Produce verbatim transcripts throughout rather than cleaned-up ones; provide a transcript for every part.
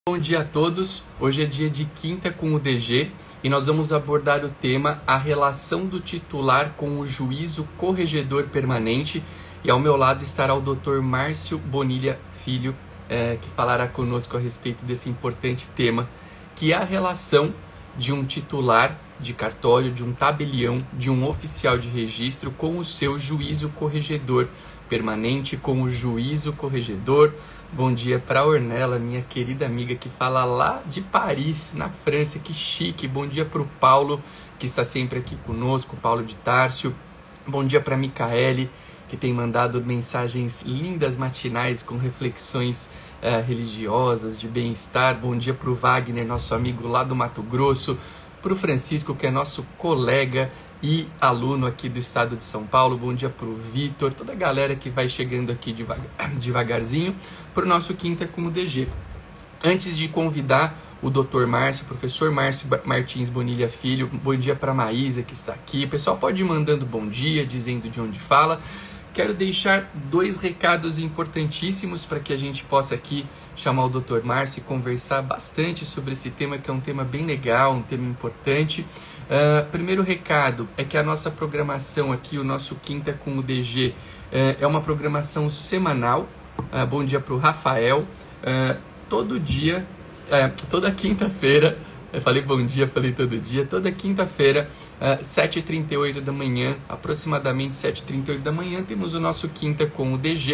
Bom dia a todos, hoje é dia de quinta com o D G e nós vamos abordar o tema a relação do titular com o juízo corregedor permanente e ao meu lado estará o doutor Márcio Bonilha Filho, é, que falará conosco a respeito desse importante tema, que é a relação de um titular de cartório, de um tabelião, de um oficial de registro com o seu juízo corregedor permanente, com o juízo corregedor. Bom dia para a Ornella, minha querida amiga que fala lá de Paris, na França, que chique. Bom dia para o Paulo, que está sempre aqui conosco, Paulo de Tárcio. Bom dia para a Micaele, que tem mandado mensagens lindas matinais com reflexões uh, religiosas, de bem-estar. Bom dia para o Wagner, nosso amigo lá do Mato Grosso. Para o Francisco, que é nosso colega e aluno aqui do estado de São Paulo. Bom dia para o Vitor, toda a galera que vai chegando aqui devagar, devagarzinho para o nosso Quinta com o D G. Antes de convidar o doutor Márcio, professor Márcio Martins Bonilha Filho, bom dia para a Maísa que está aqui. O pessoal pode ir mandando bom dia, dizendo de onde fala. Quero deixar dois recados importantíssimos para que a gente possa aqui chamar o doutor Márcio e conversar bastante sobre esse tema, que é um tema bem legal, um tema importante. Uh, primeiro recado é que a nossa programação aqui, o nosso Quinta com o D G, uh, é uma programação semanal. Uh, bom dia para o Rafael. Uh, todo dia, uh, toda quinta-feira, eu falei bom dia, falei todo dia, toda quinta-feira, uh, sete e trinta e oito da manhã, aproximadamente sete e trinta e oito da manhã, temos o nosso Quinta com o D G.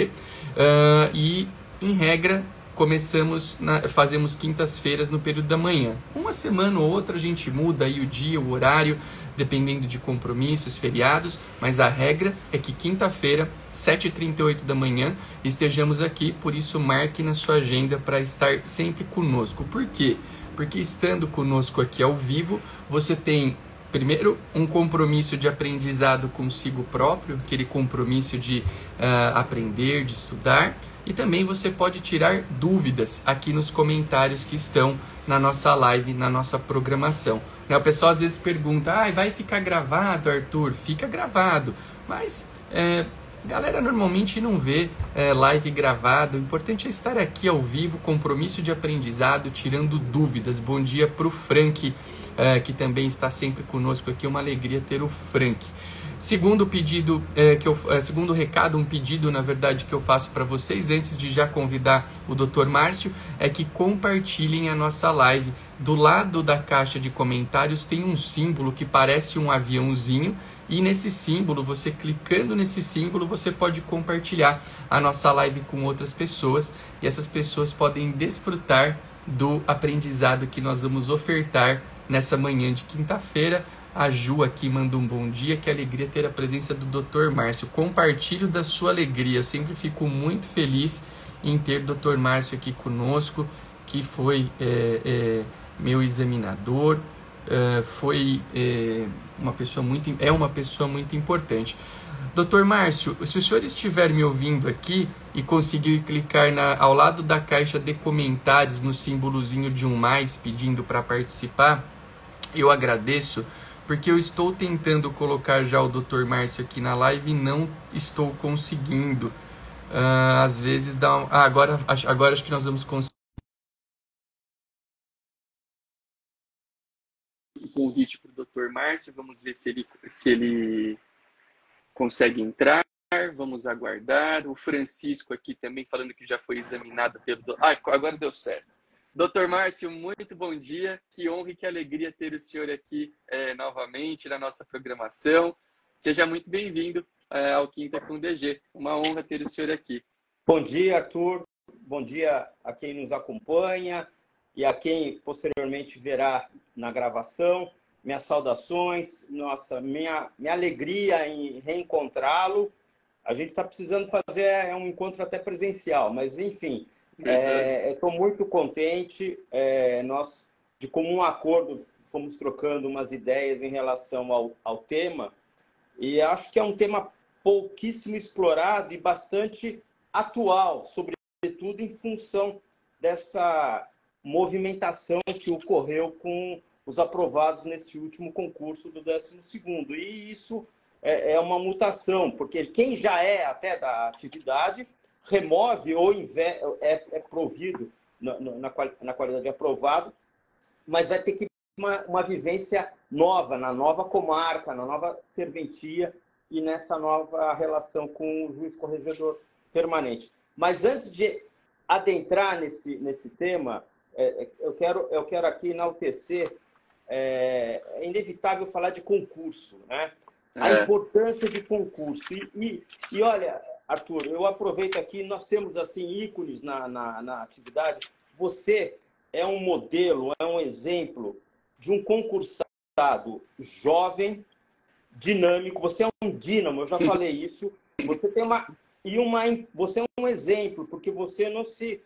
Uh, e, em regra, começamos, na, fazemos quintas-feiras no período da manhã. Uma semana ou outra a gente muda aí o dia, o horário, dependendo de compromissos, feriados, mas a regra é que quinta-feira, sete e trinta e oito da manhã, estejamos aqui, por isso marque na sua agenda para estar sempre conosco. Por quê? Porque estando conosco aqui ao vivo, você tem, primeiro, um compromisso de aprendizado consigo próprio, aquele compromisso de uh, aprender, de estudar, e também você pode tirar dúvidas aqui nos comentários que estão na nossa live, na nossa programação. O pessoal às vezes pergunta, ah, vai ficar gravado, Arthur? Fica gravado, mas é, a galera normalmente não vê é, live gravado. O importante é estar aqui ao vivo, compromisso de aprendizado, tirando dúvidas. Bom dia para o Frank, é, que também está sempre conosco aqui, uma alegria ter o Frank. Segundo pedido, é, que eu, é, segundo recado, um pedido, na verdade, que eu faço para vocês, antes de já convidar o doutor Márcio, é que compartilhem a nossa live. Do lado da caixa de comentários tem um símbolo que parece um aviãozinho, e nesse símbolo, você clicando nesse símbolo, você pode compartilhar a nossa live com outras pessoas, e essas pessoas podem desfrutar do aprendizado que nós vamos ofertar nessa manhã de quinta-feira. A Ju aqui manda um bom dia, que alegria ter a presença do doutor Márcio. Compartilho da sua alegria, eu sempre fico muito feliz em ter o doutor Márcio aqui conosco, que foi é, é, meu examinador, é, foi é, uma pessoa muito, é uma pessoa muito importante. doutor Márcio, se o senhor estiver me ouvindo aqui e conseguir clicar na, ao lado da caixa de comentários, no símbolozinho de um mais, pedindo para participar, eu agradeço, porque eu estou tentando colocar já o doutor Márcio aqui na live e não estou conseguindo. Uh, às vezes dá um... Ah, agora, agora acho que nós vamos conseguir o convite para o doutor Márcio. Vamos ver se ele, se ele consegue entrar. Vamos aguardar. O Francisco aqui também falando que já foi examinado pelo... Ah, agora deu certo. doutor Márcio, muito bom dia. Que honra e que alegria ter o senhor aqui é, novamente na nossa programação. Seja muito bem-vindo é, ao Quinta com o D G. Uma honra ter o senhor aqui. Bom dia, Arthur. Bom dia a quem nos acompanha e a quem posteriormente verá na gravação. Minhas saudações, nossa, minha, minha alegria em reencontrá-lo. A gente está precisando fazer um encontro até presencial, mas enfim... É, estou muito contente, é, nós de comum acordo fomos trocando umas ideias em relação ao, ao tema, e acho que é um tema pouquíssimo explorado e bastante atual, sobretudo em função dessa movimentação que ocorreu com os aprovados neste último concurso do décimo segundo. E isso é, é uma mutação, porque quem já é até da atividade remove ou é, é provido na, na, na qualidade de aprovado, mas vai ter que ter uma, uma vivência nova, na nova comarca, na nova serventia e nessa nova relação com o juiz corregedor permanente. Mas antes de adentrar nesse, nesse tema, é, eu, quero, eu quero aqui enaltecer, é, é inevitável falar de concurso, né? A é. importância de concurso. E, e, e olha, Arthur, eu aproveito aqui, nós temos assim ícones na, na, na atividade. Você é um modelo, é um exemplo de um concursado jovem, dinâmico. Você é um dínamo, eu já falei isso. Você tem uma e uma você é um exemplo, porque você não se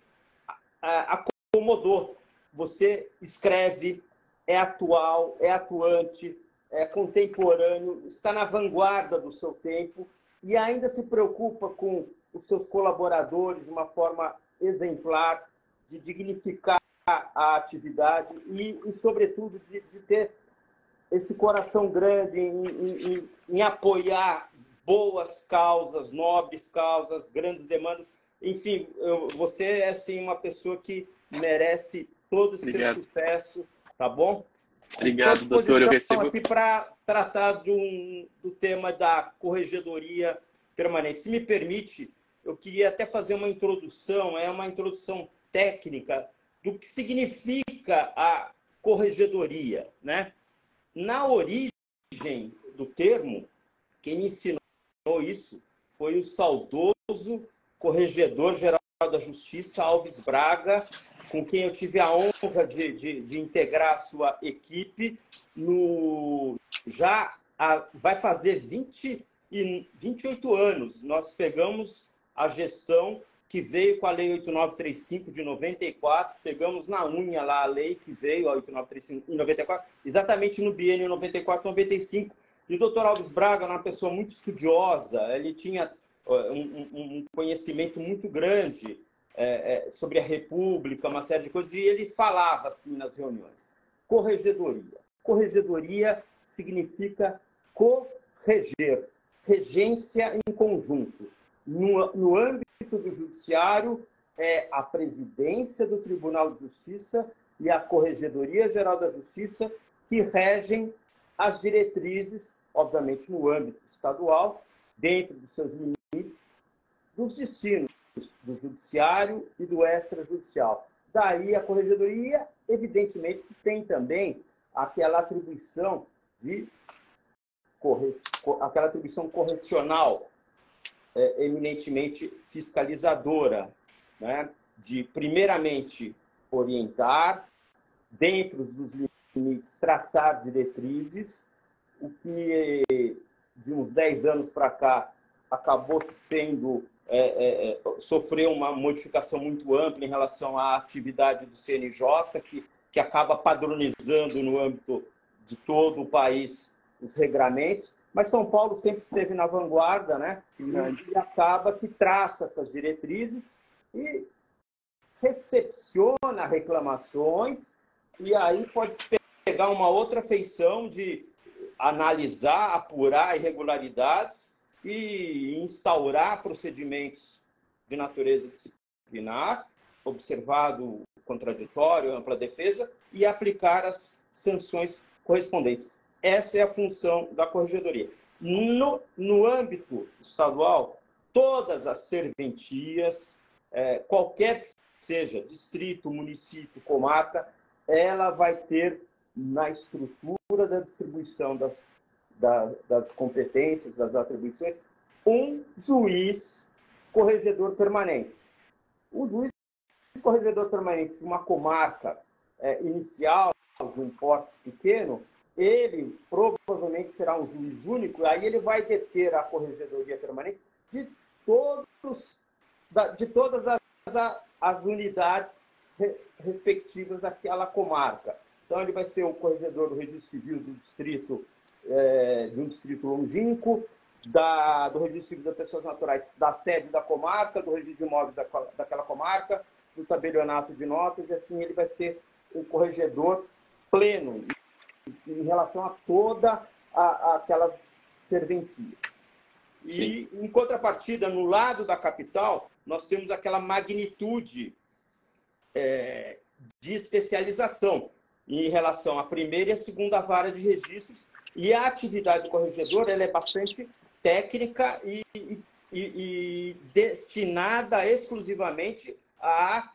acomodou. Você escreve, é atual, é atuante, é contemporâneo, está na vanguarda do seu tempo e ainda se preocupa com os seus colaboradores de uma forma exemplar, de dignificar a atividade e, e sobretudo, de, de ter esse coração grande em, em, em apoiar boas causas, nobres causas, grandes demandas. Enfim, eu, você é assim, uma pessoa que merece todo esse seu sucesso, tá bom? Obrigado, doutor. Eu recebo aqui para tratar de um, do tema da corregedoria permanente. Se me permite, eu queria até fazer uma introdução, é uma introdução técnica do que significa a corregedoria, né? Na origem do termo, quem me ensinou isso foi o saudoso corregedor-geral da Justiça, Alves Braga, com quem eu tive a honra de, de, de integrar a sua equipe. No, já a, vai fazer vinte e, vinte e oito anos. Nós pegamos a gestão que veio com a Lei oito nove três cinco de noventa e quatro, pegamos na unha lá a lei que veio, a oito nove três cinco em noventa e quatro, exatamente no biênio noventa e quatro noventa e cinco. E o doutor Alves Braga era uma pessoa muito estudiosa, ele tinha um, um conhecimento muito grande é, é, sobre a República, uma série de coisas, e ele falava assim nas reuniões. Corregedoria. Corregedoria significa correger, regência em conjunto. No, no âmbito do Judiciário, é a presidência do Tribunal de Justiça e a Corregedoria Geral da Justiça que regem as diretrizes, obviamente no âmbito estadual, dentro dos seus limites, dos destinos do Judiciário e do extrajudicial. Daí a Corregedoria, evidentemente, que tem também aquela atribuição de corre... aquela atribuição correcional, É, eminentemente fiscalizadora, né? De, primeiramente, orientar, dentro dos limites, traçar diretrizes, o que, de uns dez anos para cá, acabou sendo, é, é, sofreu uma modificação muito ampla em relação à atividade do C N J, que, que acaba padronizando no âmbito de todo o país os regramentos. Mas São Paulo sempre esteve na vanguarda, né? E acaba que traça essas diretrizes e recepciona reclamações, e aí pode pegar uma outra feição de analisar, apurar irregularidades e instaurar procedimentos de natureza disciplinar, observado o contraditório, ampla defesa, e aplicar as sanções correspondentes. Essa é a função da corregedoria. No, no âmbito estadual, todas as serventias, é, qualquer que seja, distrito, município, comarca, ela vai ter na estrutura da distribuição das, da, das competências, das atribuições, um juiz corregedor permanente. O juiz corregedor permanente de uma comarca é, inicial, de um porte pequeno, ele provavelmente será um juiz único, aí ele vai deter a corregedoria permanente de, todos, de todas as, as unidades respectivas daquela comarca. Então, ele vai ser o corregedor do registro civil do distrito, é, de um distrito longínquo, da, do registro civil das pessoas naturais da sede da comarca, do registro de imóveis da, daquela comarca, do tabelionato de notas, e assim ele vai ser o corregedor pleno em relação a toda a, aquelas serventias. E, Sim. em contrapartida, no lado da capital, nós temos aquela magnitude é, de especialização em relação à primeira e à segunda vara de registros, e a atividade do corregedor ela é bastante técnica e, e, e destinada exclusivamente à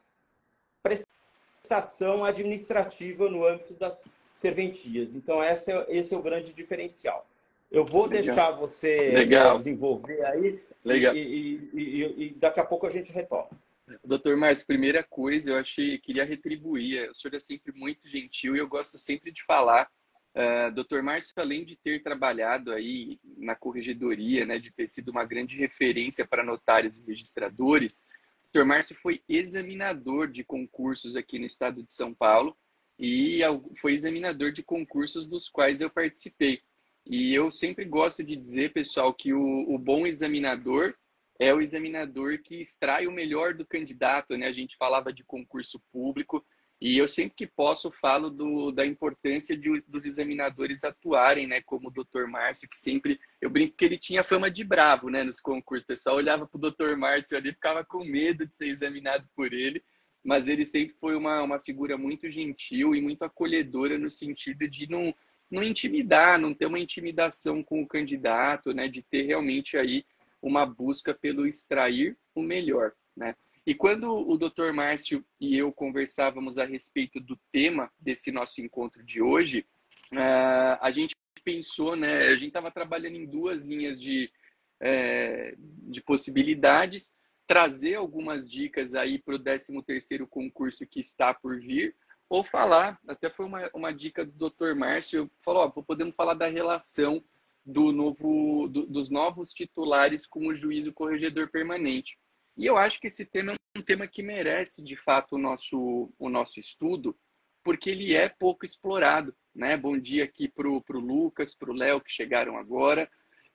prestação administrativa no âmbito das serventias. Então, esse é, esse é o grande diferencial. Eu vou Legal. deixar você Legal. desenvolver aí Legal. E, e, e, e daqui a pouco a gente retoma. Doutor Márcio, primeira coisa, eu achei, queria retribuir. O senhor é sempre muito gentil e eu gosto sempre de falar. Uh, doutor Márcio, além de ter trabalhado aí na corregedoria, né, de ter sido uma grande referência para notários e registradores, o doutor Márcio foi examinador de concursos aqui no estado de São Paulo e foi examinador de concursos dos quais eu participei. E eu sempre gosto de dizer, pessoal, que o, o bom examinador é o examinador que extrai o melhor do candidato, né? A gente falava de concurso público e eu sempre que posso falo do, da importância de, dos examinadores atuarem, né? Como o doutor Márcio, que sempre... Eu brinco que ele tinha fama de bravo, né? Nos concursos. O pessoal olhava para o doutor Márcio ali, ficava com medo de ser examinado por ele, mas ele sempre foi uma, uma figura muito gentil e muito acolhedora no sentido de não... não intimidar, não ter uma intimidação com o candidato, né, de ter realmente aí uma busca pelo extrair o melhor, né? E quando o doutor Márcio e eu conversávamos a respeito do tema desse nosso encontro de hoje, uh, a gente pensou, né, a gente estava trabalhando em duas linhas de, é, de possibilidades, trazer algumas dicas aí para o décimo terceiro concurso que está por vir, ou falar, até foi uma, uma dica do doutor Márcio, falou, ó, podemos falar da relação do novo, do, dos novos titulares com o juízo corregedor permanente. E eu acho que esse tema é um tema que merece, de fato, o nosso, o nosso estudo, porque ele é pouco explorado, né? Bom dia aqui para o Lucas, para o Léo, que chegaram agora.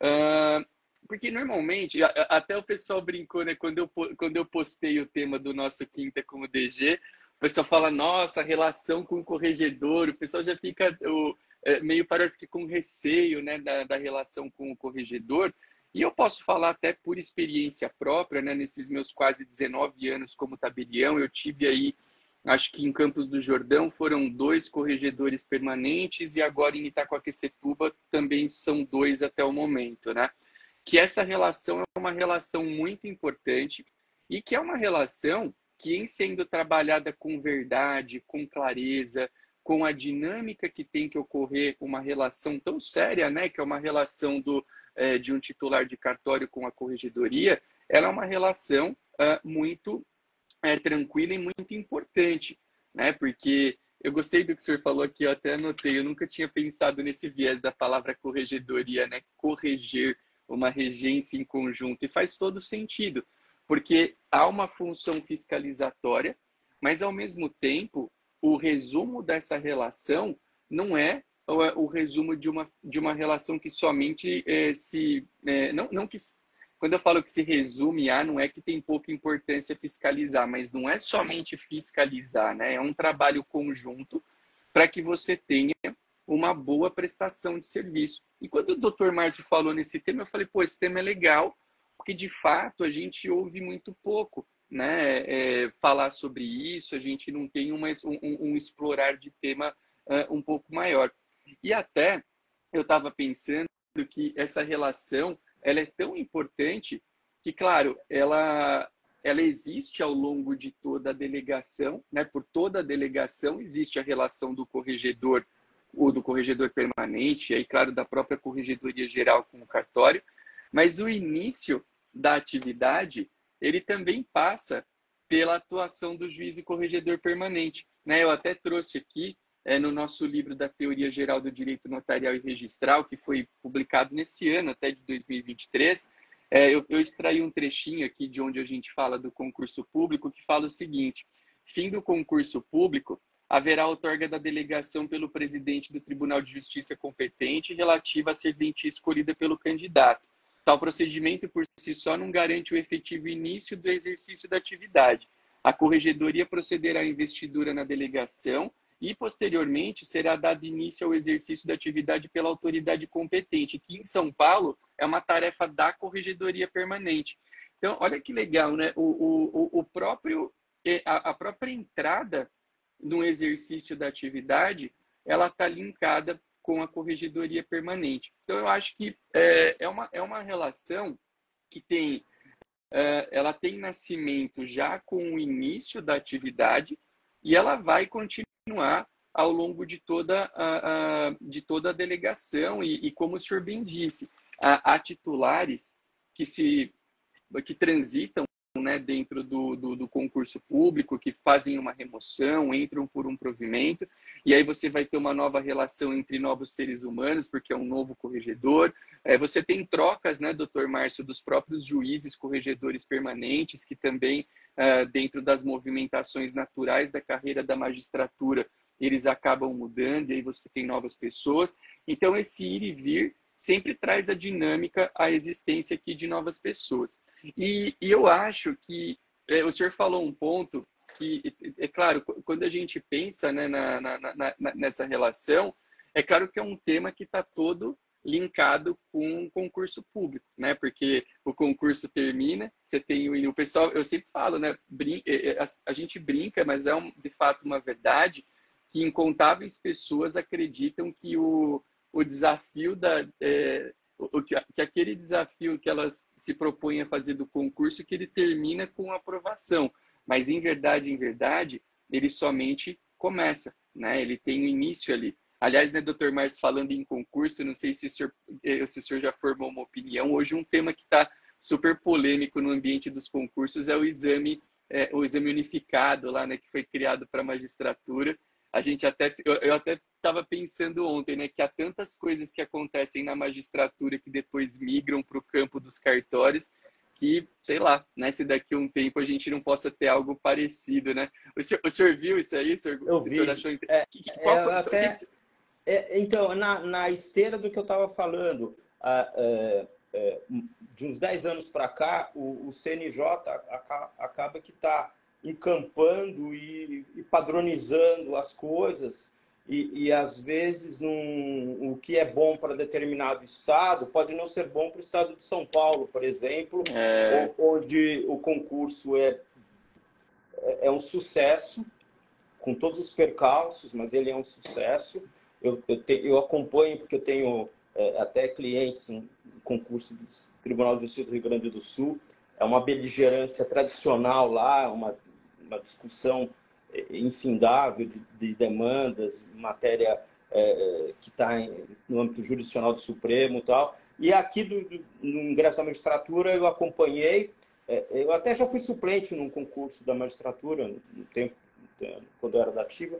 Uh, porque, normalmente, a, até o pessoal brincou, né? Quando eu, quando eu postei o tema do nosso Quinta como D G, o pessoal fala, nossa, a relação com o corregedor, o pessoal já fica o, é, meio parece que com receio, né, da, da relação com o corregedor. E eu posso falar até por experiência própria, né, nesses meus quase dezenove anos como tabelião, eu tive aí, acho que em Campos do Jordão foram dois corregedores permanentes e agora em Itacoaquecetuba também são dois até o momento, né? Que essa relação é uma relação muito importante e que é uma relação que, em sendo trabalhada com verdade, com clareza, com a dinâmica que tem que ocorrer uma relação tão séria, né, que é uma relação do, é, de um titular de cartório com a corregedoria, ela é uma relação uh, muito é, tranquila e muito importante, né, porque eu gostei do que o senhor falou aqui, eu até anotei, eu nunca tinha pensado nesse viés da palavra corregedoria, né, corrigir uma regência em conjunto, e faz todo sentido, porque há uma função fiscalizatória, mas, ao mesmo tempo, o resumo dessa relação não é o resumo de uma, de uma relação que somente é, se... É, não, não que, quando eu falo que se resume a, não é que tem pouca importância fiscalizar, mas não é somente fiscalizar, né? É um trabalho conjunto para que você tenha uma boa prestação de serviço. E quando o doutor Márcio falou nesse tema, eu falei, pô, esse tema é legal, porque de fato a gente ouve muito pouco, né, é, falar sobre isso, a gente não tem uma, um, um explorar de tema uh, um pouco maior. E até eu estava pensando que essa relação ela é tão importante que, claro, ela, ela existe ao longo de toda a delegação, né, por toda a delegação existe a relação do corregedor ou do corregedor permanente, e aí, claro, da própria corregedoria geral com o cartório, mas o início da atividade, ele também passa pela atuação do juiz e corregedor permanente, né? Eu até trouxe aqui, é, no nosso livro da Teoria Geral do Direito Notarial e Registral, que foi publicado nesse ano, até de dois mil e vinte e três, é, eu, eu extraí um trechinho aqui de onde a gente fala do concurso público, que fala o seguinte: fim do concurso público, haverá outorga da delegação pelo presidente do Tribunal de Justiça competente relativa à serventia escolhida pelo candidato. Tal procedimento, por si só, não garante o efetivo início do exercício da atividade. A corregedoria procederá à investidura na delegação e, posteriormente, será dado início ao exercício da atividade pela autoridade competente, que em São Paulo é uma tarefa da corregedoria permanente. Então, olha que legal, né? O, o, o próprio a, a própria entrada no exercício da atividade, ela está linkada com a corregedoria permanente. Então, eu acho que é, é, uma, é uma relação que tem, é, ela tem nascimento já com o início da atividade e ela vai continuar ao longo de toda a, a, de toda a delegação e, e, como o senhor bem disse, há, há titulares que, se, que transitam, né, dentro do, do, do concurso público, que fazem uma remoção, entram por um provimento, e aí você vai ter uma nova relação entre novos seres humanos, porque é um novo corregedor. É, você tem trocas, né, doutor Márcio, dos próprios juízes corregedores permanentes, que também, uh, dentro das movimentações naturais da carreira da magistratura, eles acabam mudando, e aí você tem novas pessoas. Então, esse ir e vir sempre traz a dinâmica, a existência aqui de novas pessoas. E, e eu acho que é, o senhor falou um ponto que, é claro, quando a gente pensa, né, na, na, na, nessa relação, é claro que é um tema que está todo linkado com o concurso público, né? Porque o concurso termina, você tem o, o pessoal, eu sempre falo, né? Brin, a, a gente brinca, mas é um, de fato uma verdade, que incontáveis pessoas acreditam que o o desafio da é, o, que, que aquele desafio que elas se propõem a fazer do concurso, que ele termina com aprovação, mas em verdade, em verdade, ele somente começa, né? Ele tem um início ali. Aliás, né, doutor Márcio, falando em concurso, não sei se o senhor, se o senhor já formou uma opinião. Hoje um tema que está super polêmico no ambiente dos concursos é o exame, é, o exame unificado lá, né, que foi criado para a magistratura. A gente até, eu, eu até estava pensando ontem, né, que há tantas coisas que acontecem na magistratura que depois migram para o campo dos cartórios, que, sei lá, né, se daqui a um tempo a gente não possa ter algo parecido, né? O senhor, o senhor viu isso aí? O senhor, eu o vi. senhor achou... É, Qual é, foi... até, é, então, na, na esteira do que eu estava falando, a, é, é, de uns dez anos para cá, o, o C N J acaba, acaba que está encampando e, e padronizando as coisas e, e às vezes, num, o que é bom para determinado estado pode não ser bom para o estado de São Paulo, por exemplo, É... onde o concurso é, é um sucesso, com todos os percalços, mas ele é um sucesso. Eu, eu, te, eu acompanho porque eu tenho é, até clientes no concurso do Tribunal de Justiça do Rio Grande do Sul. É uma beligerância tradicional lá, uma, uma discussão infindável de, de demandas, matéria é, que está no âmbito jurisdicional do Supremo e tal. E aqui, do, do, no ingresso da magistratura, eu acompanhei. É, eu até já fui suplente num concurso da magistratura, no tempo, quando eu era da ativa.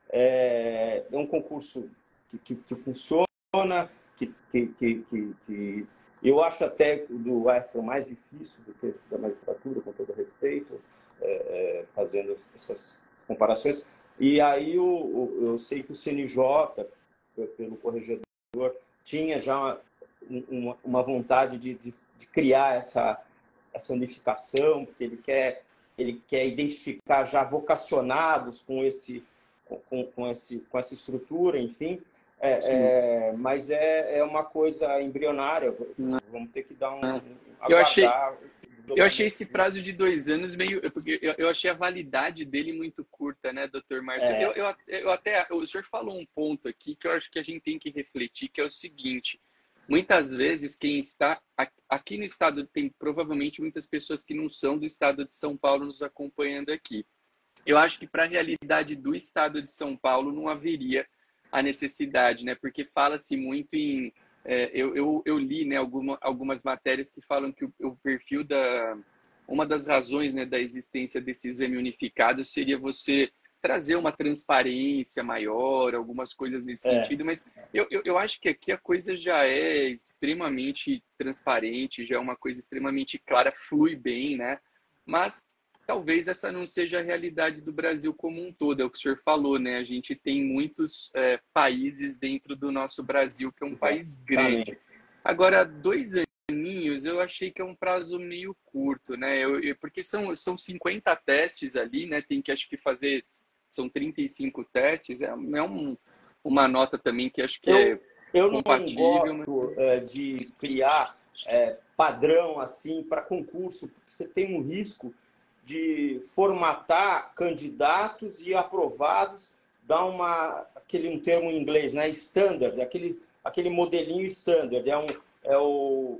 É, é um concurso que, que, que funciona, que, que, que, que eu acho até do U F mais difícil do que da magistratura, com todo respeito, é, é, fazendo essas comparações. E aí eu, eu, eu sei que o C N J, pelo corregedor, tinha já uma, uma vontade de, de, de criar essa, essa unificação, porque ele quer, ele quer identificar já vocacionados com, esse, com, com, esse, com essa estrutura, enfim. É, é, mas é, é uma coisa embrionária. Vamos ter que dar um... um eu achei, eu achei esse prazo de dois anos meio... Porque eu, eu achei a validade dele muito curta, né, doutor Márcio? É. Eu, eu, eu até... O senhor falou um ponto aqui que eu acho que a gente tem que refletir, que é o seguinte. Muitas vezes quem está... Aqui no estado tem provavelmente muitas pessoas que não são do estado de São Paulo nos acompanhando aqui. Eu acho que para a realidade do estado de São Paulo não haveria a necessidade, né? Porque fala-se muito em... É, eu, eu, eu li, né, alguma, algumas matérias que falam que o, o perfil da... Uma das razões, né, da existência desse exame unificado seria você trazer uma transparência maior, algumas coisas nesse é. sentido, mas eu, eu, eu acho que aqui a coisa já é extremamente transparente, já é uma coisa extremamente clara, flui bem, né? Mas talvez essa não seja a realidade do Brasil como um todo, é o que o senhor falou, né? A gente tem muitos é, países dentro do nosso Brasil, que é um país grande. Agora, dois aninhos, eu achei que é um prazo meio curto, né? Eu, eu, porque são, são cinquenta testes ali, né? Tem que, acho que, fazer... São trinta e cinco testes, é, é um, uma nota também que acho que eu, é eu compatível. Eu não gosto mas... de criar é, padrão, assim, para concurso, porque você tem um risco de formatar candidatos e aprovados, dar uma, aquele um termo em inglês, né? Standard, aquele, aquele modelinho standard. É, um, é o,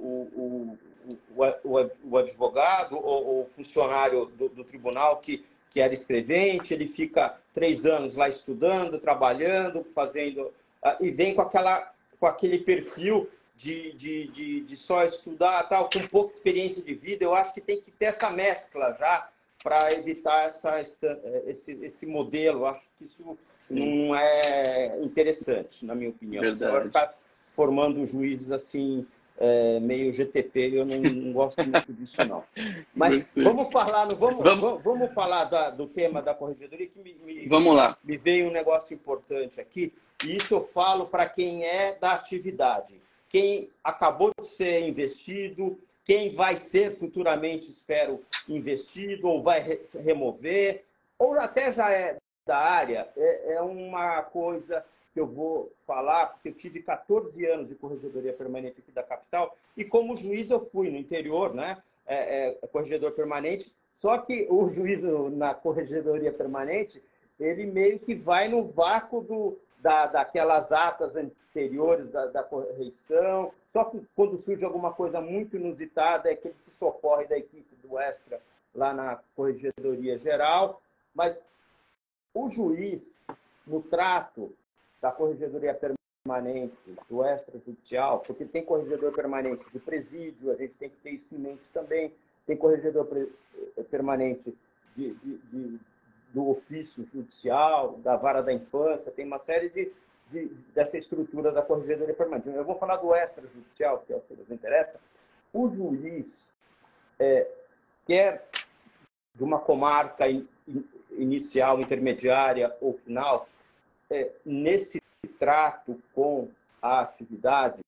o, o, o, o advogado ou o funcionário do, do tribunal que, que era escrevente, ele fica três anos lá estudando, trabalhando, fazendo... E vem com, aquela, com aquele perfil de, de, de, de só estudar, tal, com pouca experiência de vida. Eu acho que tem que ter essa mescla já para evitar essa, esse, esse modelo. Eu acho que isso Sim. não é interessante, na minha opinião. Verdade. Você vai ficar formando juízes assim, é, meio G T P, eu não, não gosto muito disso, não. Mas vamos falar, vamos, vamos... vamos falar da, do tema da corregedoria, que me, me, vamos lá. me veio um negócio importante aqui, e isso eu falo para quem é da atividade. Quem acabou de ser investido, quem vai ser futuramente, espero, investido, ou vai re remover, ou até já é da área, é, é uma coisa que eu vou falar, porque eu tive quatorze anos de corregedoria permanente aqui da capital, e como juiz eu fui no interior, né? É, é, corregedor permanente, só que o juiz na corregedoria permanente, ele meio que vai no vácuo do... Da, daquelas atas anteriores da, da correição, só que quando surge alguma coisa muito inusitada é que ele se socorre da equipe do Extra lá na Corregedoria Geral, mas o juiz, no trato da Corregedoria Permanente, do Extrajudicial, porque tem corregedor permanente do presídio, a gente tem que ter isso em mente também, tem corregedor permanente de, de, de do ofício judicial, da vara da infância, tem uma série de, de, dessa estrutura da corregedoria permanente. Eu vou falar do extrajudicial, que é o que nos interessa. O juiz, é, quer de uma comarca in, in, inicial, intermediária ou final, é, nesse trato com a atividade,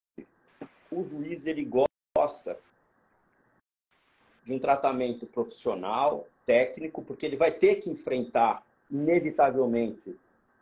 o juiz ele gosta de um tratamento profissional, técnico, porque ele vai ter que enfrentar, inevitavelmente,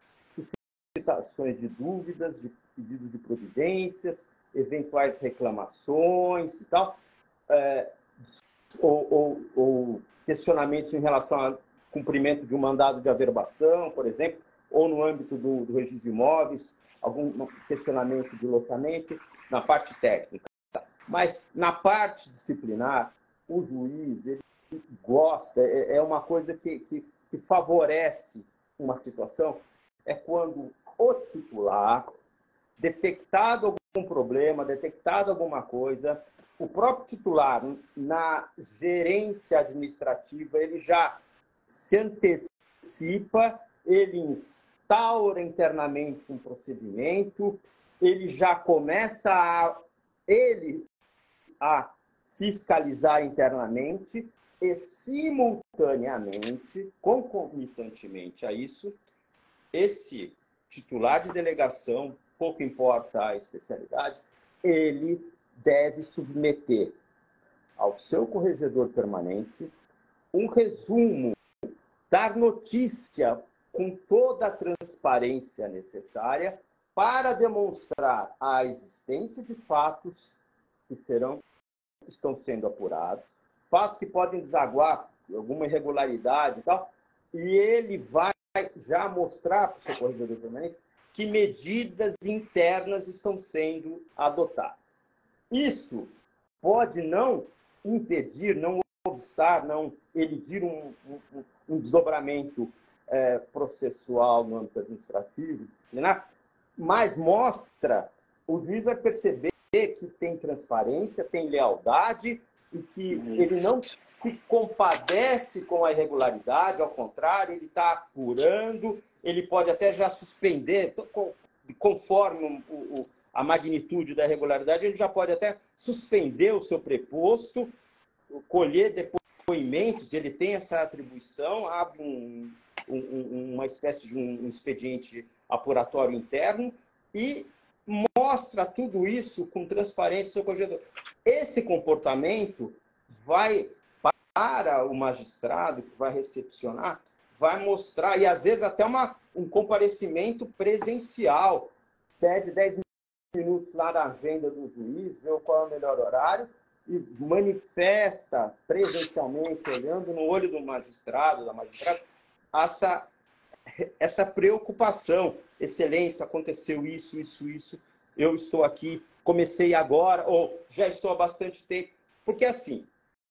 situações de dúvidas, de pedidos de providências, eventuais reclamações e tal, é, ou, ou, ou questionamentos em relação ao cumprimento de um mandado de averbação, por exemplo, ou no âmbito do, do registro de imóveis, algum questionamento de loteamento, na parte técnica. Mas, na parte disciplinar, o juiz ele gosta, é uma coisa que, que, que favorece uma situação, é quando o titular, detectado algum problema, detectado alguma coisa, o próprio titular, na gerência administrativa, ele já se antecipa, ele instaura internamente um procedimento, ele já começa a, ele, a fiscalizar internamente e, simultaneamente, concomitantemente a isso, esse titular de delegação, pouco importa a especialidade, ele deve submeter ao seu corregedor permanente um resumo, dar notícia com toda a transparência necessária para demonstrar a existência de fatos que serão estão sendo apurados, fatos que podem desaguar alguma irregularidade e tal, e ele vai já mostrar para o seu corregedor permanente que medidas internas estão sendo adotadas. Isso pode não impedir, não obstar, não elidir um, um, um desdobramento é, processual no âmbito administrativo, né? Mas mostra, o juiz vai perceber que tem transparência, tem lealdade e que Isso. ele não se compadece com a irregularidade, ao contrário, ele está apurando, ele pode até já suspender, conforme o, o, a magnitude da irregularidade, ele já pode até suspender o seu preposto, colher depoimentos, ele tem essa atribuição, abre um, um, uma espécie de um expediente apuratório interno e mostra tudo isso com transparência ao seu corregedor. Esse comportamento vai, para o magistrado que vai recepcionar, vai mostrar, e às vezes até uma, um comparecimento presencial, pede dez minutos lá na agenda do juiz, vê qual é o melhor horário, e manifesta presencialmente, olhando no olho do magistrado, da magistrada, essa, essa preocupação. Excelência, aconteceu isso, isso, isso, eu estou aqui, comecei agora, ou já estou há bastante tempo. Porque, assim,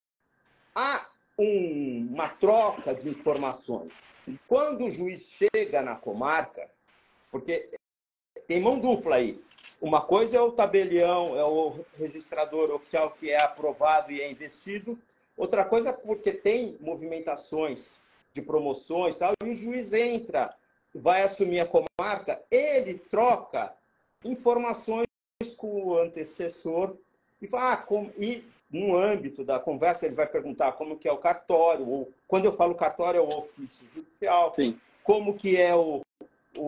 há um, uma troca de informações. Quando o juiz chega na comarca, porque tem mão dupla aí. Uma coisa é o tabelião, é o registrador oficial que é aprovado e é investido. Outra coisa é porque tem movimentações de promoções e tal, e o juiz entra, vai assumir a comarca, ele troca informações com o antecessor e fala, ah, como... e no âmbito da conversa ele vai perguntar como que é o cartório, ou quando eu falo cartório é o ofício judicial, Sim. como que é o, o,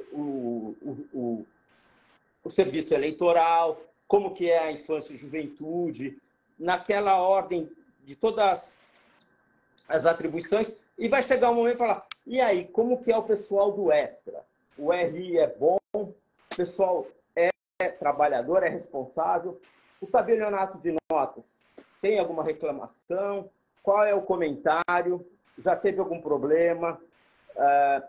o, o, o, o serviço eleitoral, como que é a infância e juventude, naquela ordem de todas as atribuições, e vai chegar um momento e falar, e aí, como que é o pessoal do Extra? O R I é bom, o pessoal é trabalhador, é responsável, o tabelionato de notas tem alguma reclamação, qual é o comentário, já teve algum problema, uh,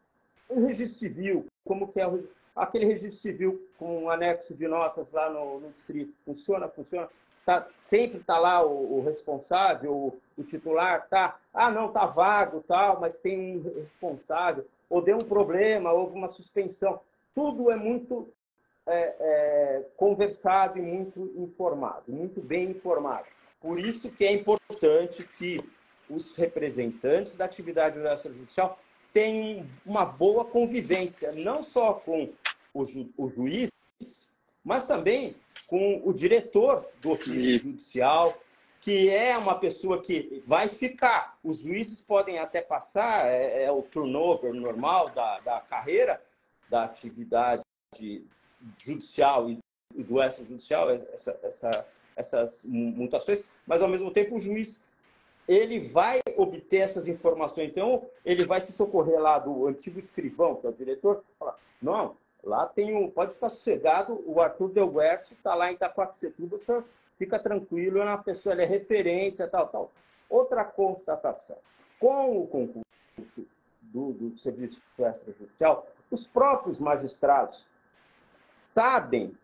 o registro civil, como que é o, aquele registro civil com um anexo de notas lá no, no distrito, funciona, funciona? Tá, sempre está lá o, o responsável, o, o titular, tá? Ah, não, tá vago, tal, mas tem um responsável, ou deu um problema, houve uma suspensão. Tudo é muito é, é, conversado e muito informado, muito bem informado. Por isso que é importante que os representantes da atividade extrajudicial tenham uma boa convivência, não só com o, ju, o juiz, mas também com o diretor do ofício judicial, que é uma pessoa que vai ficar. Os juízes podem até passar, é, é o turnover normal da, da carreira, da atividade judicial e do extrajudicial, essa, essa, essas mutações, mas, ao mesmo tempo, o juiz ele vai obter essas informações. Então, ele vai se socorrer lá do antigo escrivão, que é o diretor, falar, não, lá tem um, pode ficar sossegado, o Arthur Delguercio está lá em Itacoaxetuba, o senhor fica tranquilo, é uma pessoa, ele é referência, tal, tal. Outra constatação, com o concurso do, do Serviço Extrajudicial, os próprios magistrados sabem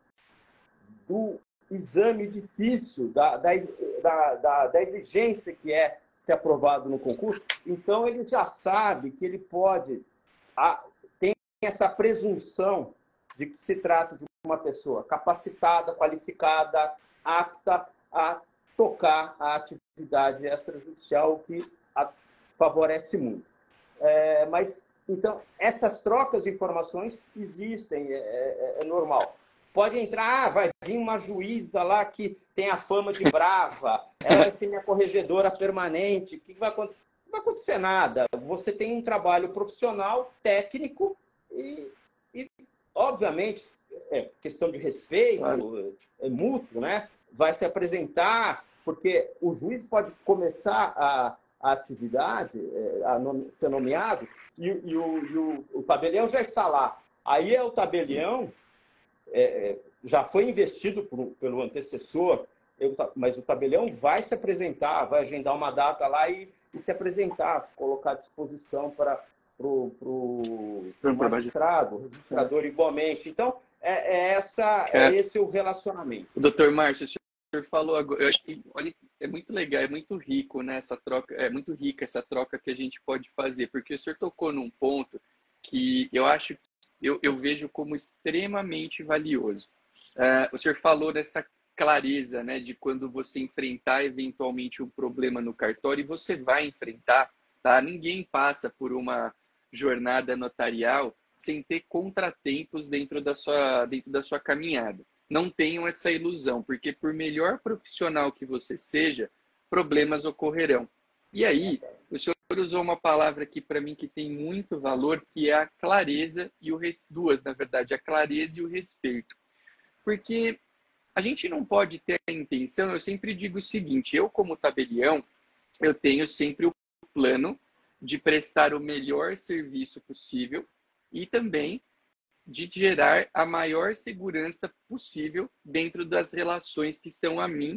do exame difícil, da, da, da, da exigência que é ser aprovado no concurso, então ele já sabe que ele pode... A, tem essa presunção de que se trata de uma pessoa capacitada, qualificada, apta a tocar a atividade extrajudicial, que a favorece muito. É, mas, então, essas trocas de informações existem, é, é, é normal. Pode entrar, ah, vai vir uma juíza lá que tem a fama de brava, ela vai ser minha corregedora permanente, o que vai acontecer? Não vai acontecer nada. Você tem um trabalho profissional, técnico e, e obviamente, é questão de respeito, claro. É mútuo, né? Vai se apresentar, porque o juiz pode começar a, a atividade, a ser nomeado, e, e, o, e o, o tabelião já está lá. Aí é o tabelião, é, já foi investido por, pelo antecessor, eu, mas o tabelião vai se apresentar, vai agendar uma data lá e, e se apresentar, se colocar à disposição para o magistrado, o registrador igualmente. Então, é, é, essa, é, é esse o relacionamento. Doutor Márcio, o senhor falou agora, eu acho que olha, é muito legal, é muito rico, né, essa troca, é muito rica essa troca que a gente pode fazer, porque o senhor tocou num ponto que eu acho, eu, eu vejo como extremamente valioso. Uh, o senhor falou dessa clareza, né, de quando você enfrentar eventualmente um problema no cartório, e você vai enfrentar, tá? Ninguém passa por uma jornada notarial sem ter contratempos dentro da sua, dentro da sua caminhada. Não tenham essa ilusão, porque por melhor profissional que você seja, problemas ocorrerão. E aí, o senhor usou uma palavra aqui para mim que tem muito valor, que é a clareza e o res... duas, na verdade, a clareza e o respeito. Porque a gente não pode ter a intenção, eu sempre digo o seguinte, eu como tabelião, eu tenho sempre o plano de prestar o melhor serviço possível e também de gerar a maior segurança possível dentro das relações que são a mim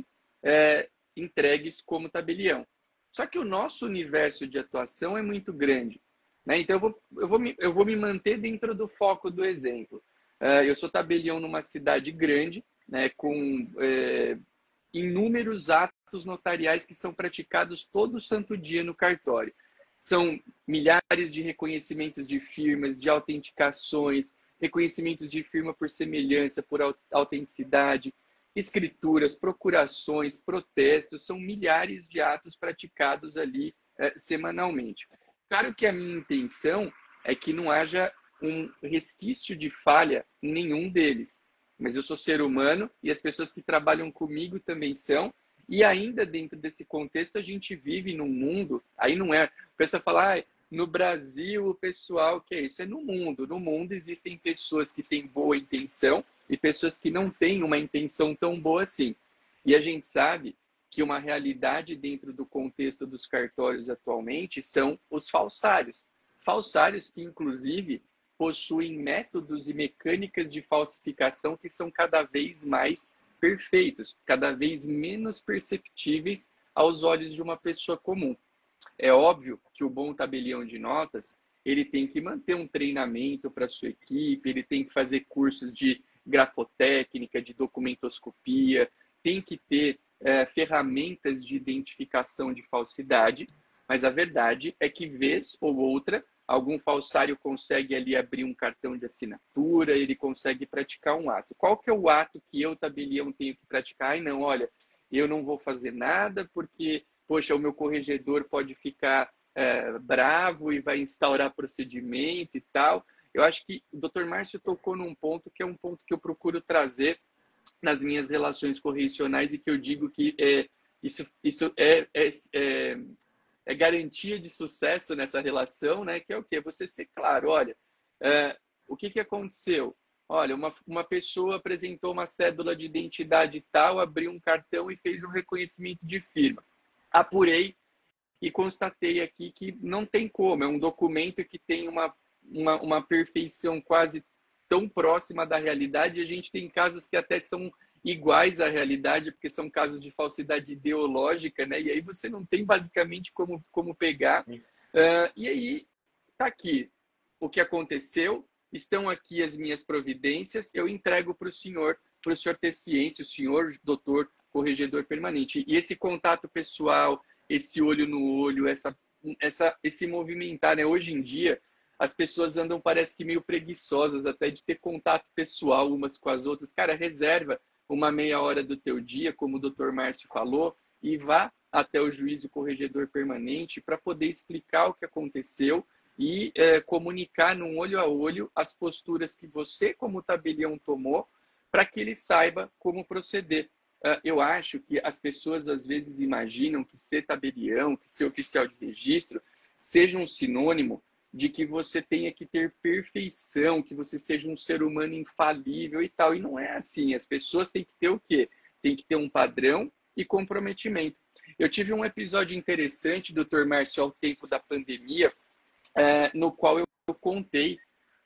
é, entregues como tabelião. Só que o nosso universo de atuação é muito grande, né? Então, eu vou, eu, vou me, eu vou me manter dentro do foco do exemplo. Uh, eu sou tabelião numa cidade grande, né, com é, inúmeros atos notariais que são praticados todo santo dia no cartório. São milhares de reconhecimentos de firmas, de autenticações, reconhecimentos de firma por semelhança, por autenticidade, escrituras, procurações, protestos, são milhares de atos praticados ali é, semanalmente. Claro que a minha intenção é que não haja um resquício de falha em nenhum deles, mas eu sou ser humano e as pessoas que trabalham comigo também são, e ainda dentro desse contexto a gente vive num mundo, aí não é, o pessoal fala, ah, no Brasil o pessoal, que é isso? É no mundo, no mundo existem pessoas que têm boa intenção e pessoas que não têm uma intenção tão boa assim. E a gente sabe que uma realidade dentro do contexto dos cartórios atualmente são os falsários. Falsários que, inclusive, possuem métodos e mecânicas de falsificação que são cada vez mais perfeitos, cada vez menos perceptíveis aos olhos de uma pessoa comum. É óbvio que o bom tabelião de notas, ele tem que manter um treinamento para a sua equipe, ele tem que fazer cursos de grafotécnica, de documentoscopia, tem que ter é, ferramentas de identificação de falsidade, mas a verdade é que, vez ou outra, algum falsário consegue ali abrir um cartão de assinatura, ele consegue praticar um ato. Qual que é o ato que eu, tabelião, tenho que praticar? Ai, não, olha, eu não vou fazer nada porque, poxa, o meu corregedor pode ficar é, bravo e vai instaurar procedimento e tal. Eu acho que o doutor Márcio tocou num ponto que é um ponto que eu procuro trazer nas minhas relações correcionais e que eu digo que é, isso, isso é, é, é, é garantia de sucesso nessa relação, né? Que é o quê? Você ser claro, olha, é, o que, que aconteceu? Olha, uma, uma pessoa apresentou uma cédula de identidade tal, abriu um cartão e fez um reconhecimento de firma. Apurei e constatei aqui que não tem como, é um documento que tem uma, uma, uma perfeição quase tão próxima da realidade, e a gente tem casos que até são iguais à realidade, porque são casos de falsidade ideológica, né? E aí você não tem basicamente como, como pegar. Uh, e aí, tá aqui o que aconteceu, estão aqui as minhas providências, eu entrego para o senhor, para o senhor ter ciência, o senhor, doutor, corregedor permanente. E esse contato pessoal, esse olho no olho, essa, essa, esse movimentar, né? Hoje em dia, as pessoas andam, parece que meio preguiçosas até de ter contato pessoal umas com as outras. Cara, reserva uma meia hora do teu dia, como o doutor Márcio falou, e vá até o juízo corregedor permanente para poder explicar o que aconteceu e é, comunicar num olho a olho as posturas que você, como tabelião, tomou, para que ele saiba como proceder. Uh, eu acho que as pessoas às vezes imaginam que ser tabelião, que ser oficial de registro, seja um sinônimo de que você tenha que ter perfeição, que você seja um ser humano infalível e tal. E não é assim. As pessoas têm que ter o quê? Tem que ter um padrão e comprometimento. Eu tive um episódio interessante, doutor Márcio, ao tempo da pandemia, é, no qual eu, eu contei,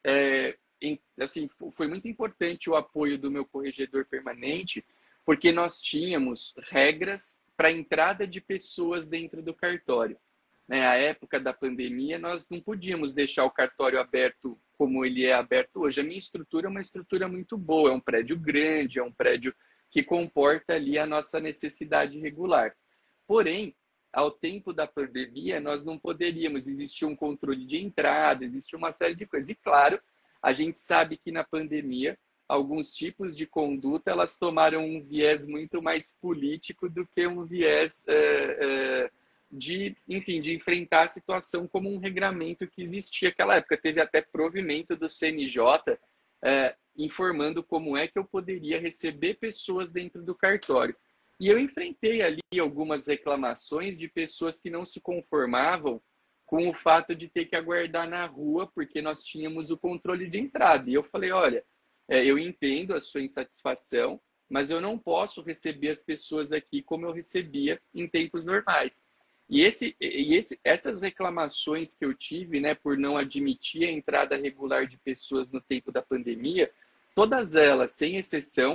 é, em, assim, foi muito importante o apoio do meu corregedor permanente, porque nós tínhamos regras para a entrada de pessoas dentro do cartório. Na época da pandemia, nós não podíamos deixar o cartório aberto como ele é aberto hoje. A minha estrutura é uma estrutura muito boa, é um prédio grande, é um prédio que comporta ali a nossa necessidade regular. Porém, ao tempo da pandemia, nós não poderíamos, existia um controle de entrada, existia uma série de coisas. E claro, a gente sabe que na pandemia, alguns tipos de conduta, elas tomaram um viés muito mais político do que um viés... Uh, uh, de, enfim, de enfrentar a situação como um regramento que existia naquela época. Teve até provimento do C N J é, informando como é que eu poderia receber pessoas dentro do cartório. E eu enfrentei ali algumas reclamações de pessoas que não se conformavam com o fato de ter que aguardar na rua porque nós tínhamos o controle de entrada. E eu falei, olha, é, eu entendo a sua insatisfação, mas eu não posso receber as pessoas aqui como eu recebia em tempos normais. E, esse, e esse, essas reclamações que eu tive, né, por não admitir a entrada regular de pessoas no tempo da pandemia, todas elas, sem exceção,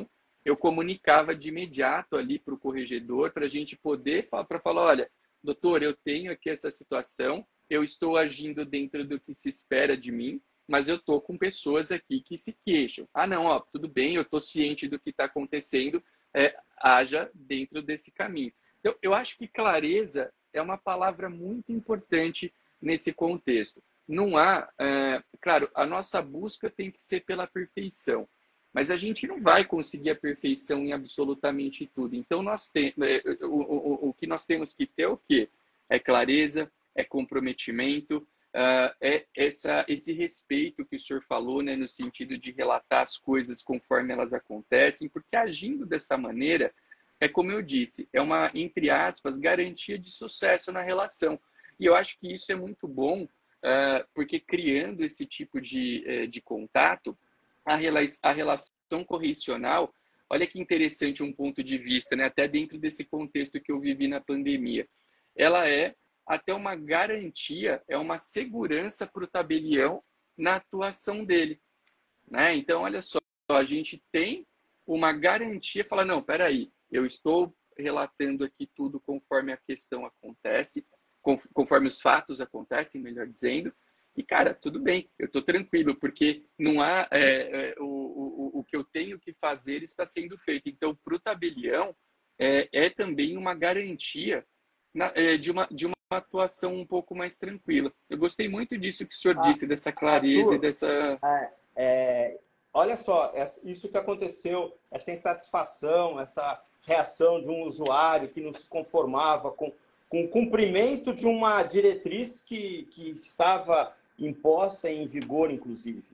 eu comunicava de imediato ali para o corregedor, para a gente poder falar, para falar, olha, doutor, eu tenho aqui essa situação, eu estou agindo dentro do que se espera de mim, mas eu estou com pessoas aqui que se queixam. Ah, não, ó, tudo bem, eu estou ciente do que está acontecendo, é, haja dentro desse caminho. Então, eu acho que clareza é uma palavra muito importante nesse contexto. Não há, é, claro, a nossa busca tem que ser pela perfeição, mas a gente não vai conseguir a perfeição em absolutamente tudo. Então, nós tem, é, o, o, o que nós temos que ter é o quê? É clareza, é comprometimento, uh, é essa, esse respeito que o senhor falou, né, no sentido de relatar as coisas conforme elas acontecem, porque agindo dessa maneira, é como eu disse, é uma, entre aspas, garantia de sucesso na relação. E eu acho que isso é muito bom, uh, porque criando esse tipo de, uh, de contato, a, rela a relação correcional, olha que interessante um ponto de vista, né, até dentro desse contexto que eu vivi na pandemia, ela é até uma garantia, é uma segurança para o tabelião na atuação dele, né? Então, olha só, a gente tem uma garantia, fala, não, peraí, eu estou relatando aqui tudo conforme a questão acontece, conforme os fatos acontecem, melhor dizendo, e, cara, tudo bem, eu estou tranquilo, porque não há, é, é, o, o, o que eu tenho que fazer está sendo feito. Então, para o tabelião, é, é também uma garantia na, é, de, uma, de uma atuação um pouco mais tranquila. Eu gostei muito disso que o senhor Ah, disse, dessa clareza Arthur, e dessa... é, é, olha só, isso que aconteceu, essa insatisfação, essa reação de um usuário que não se conformava com, com o cumprimento de uma diretriz que, que estava imposta em vigor, inclusive.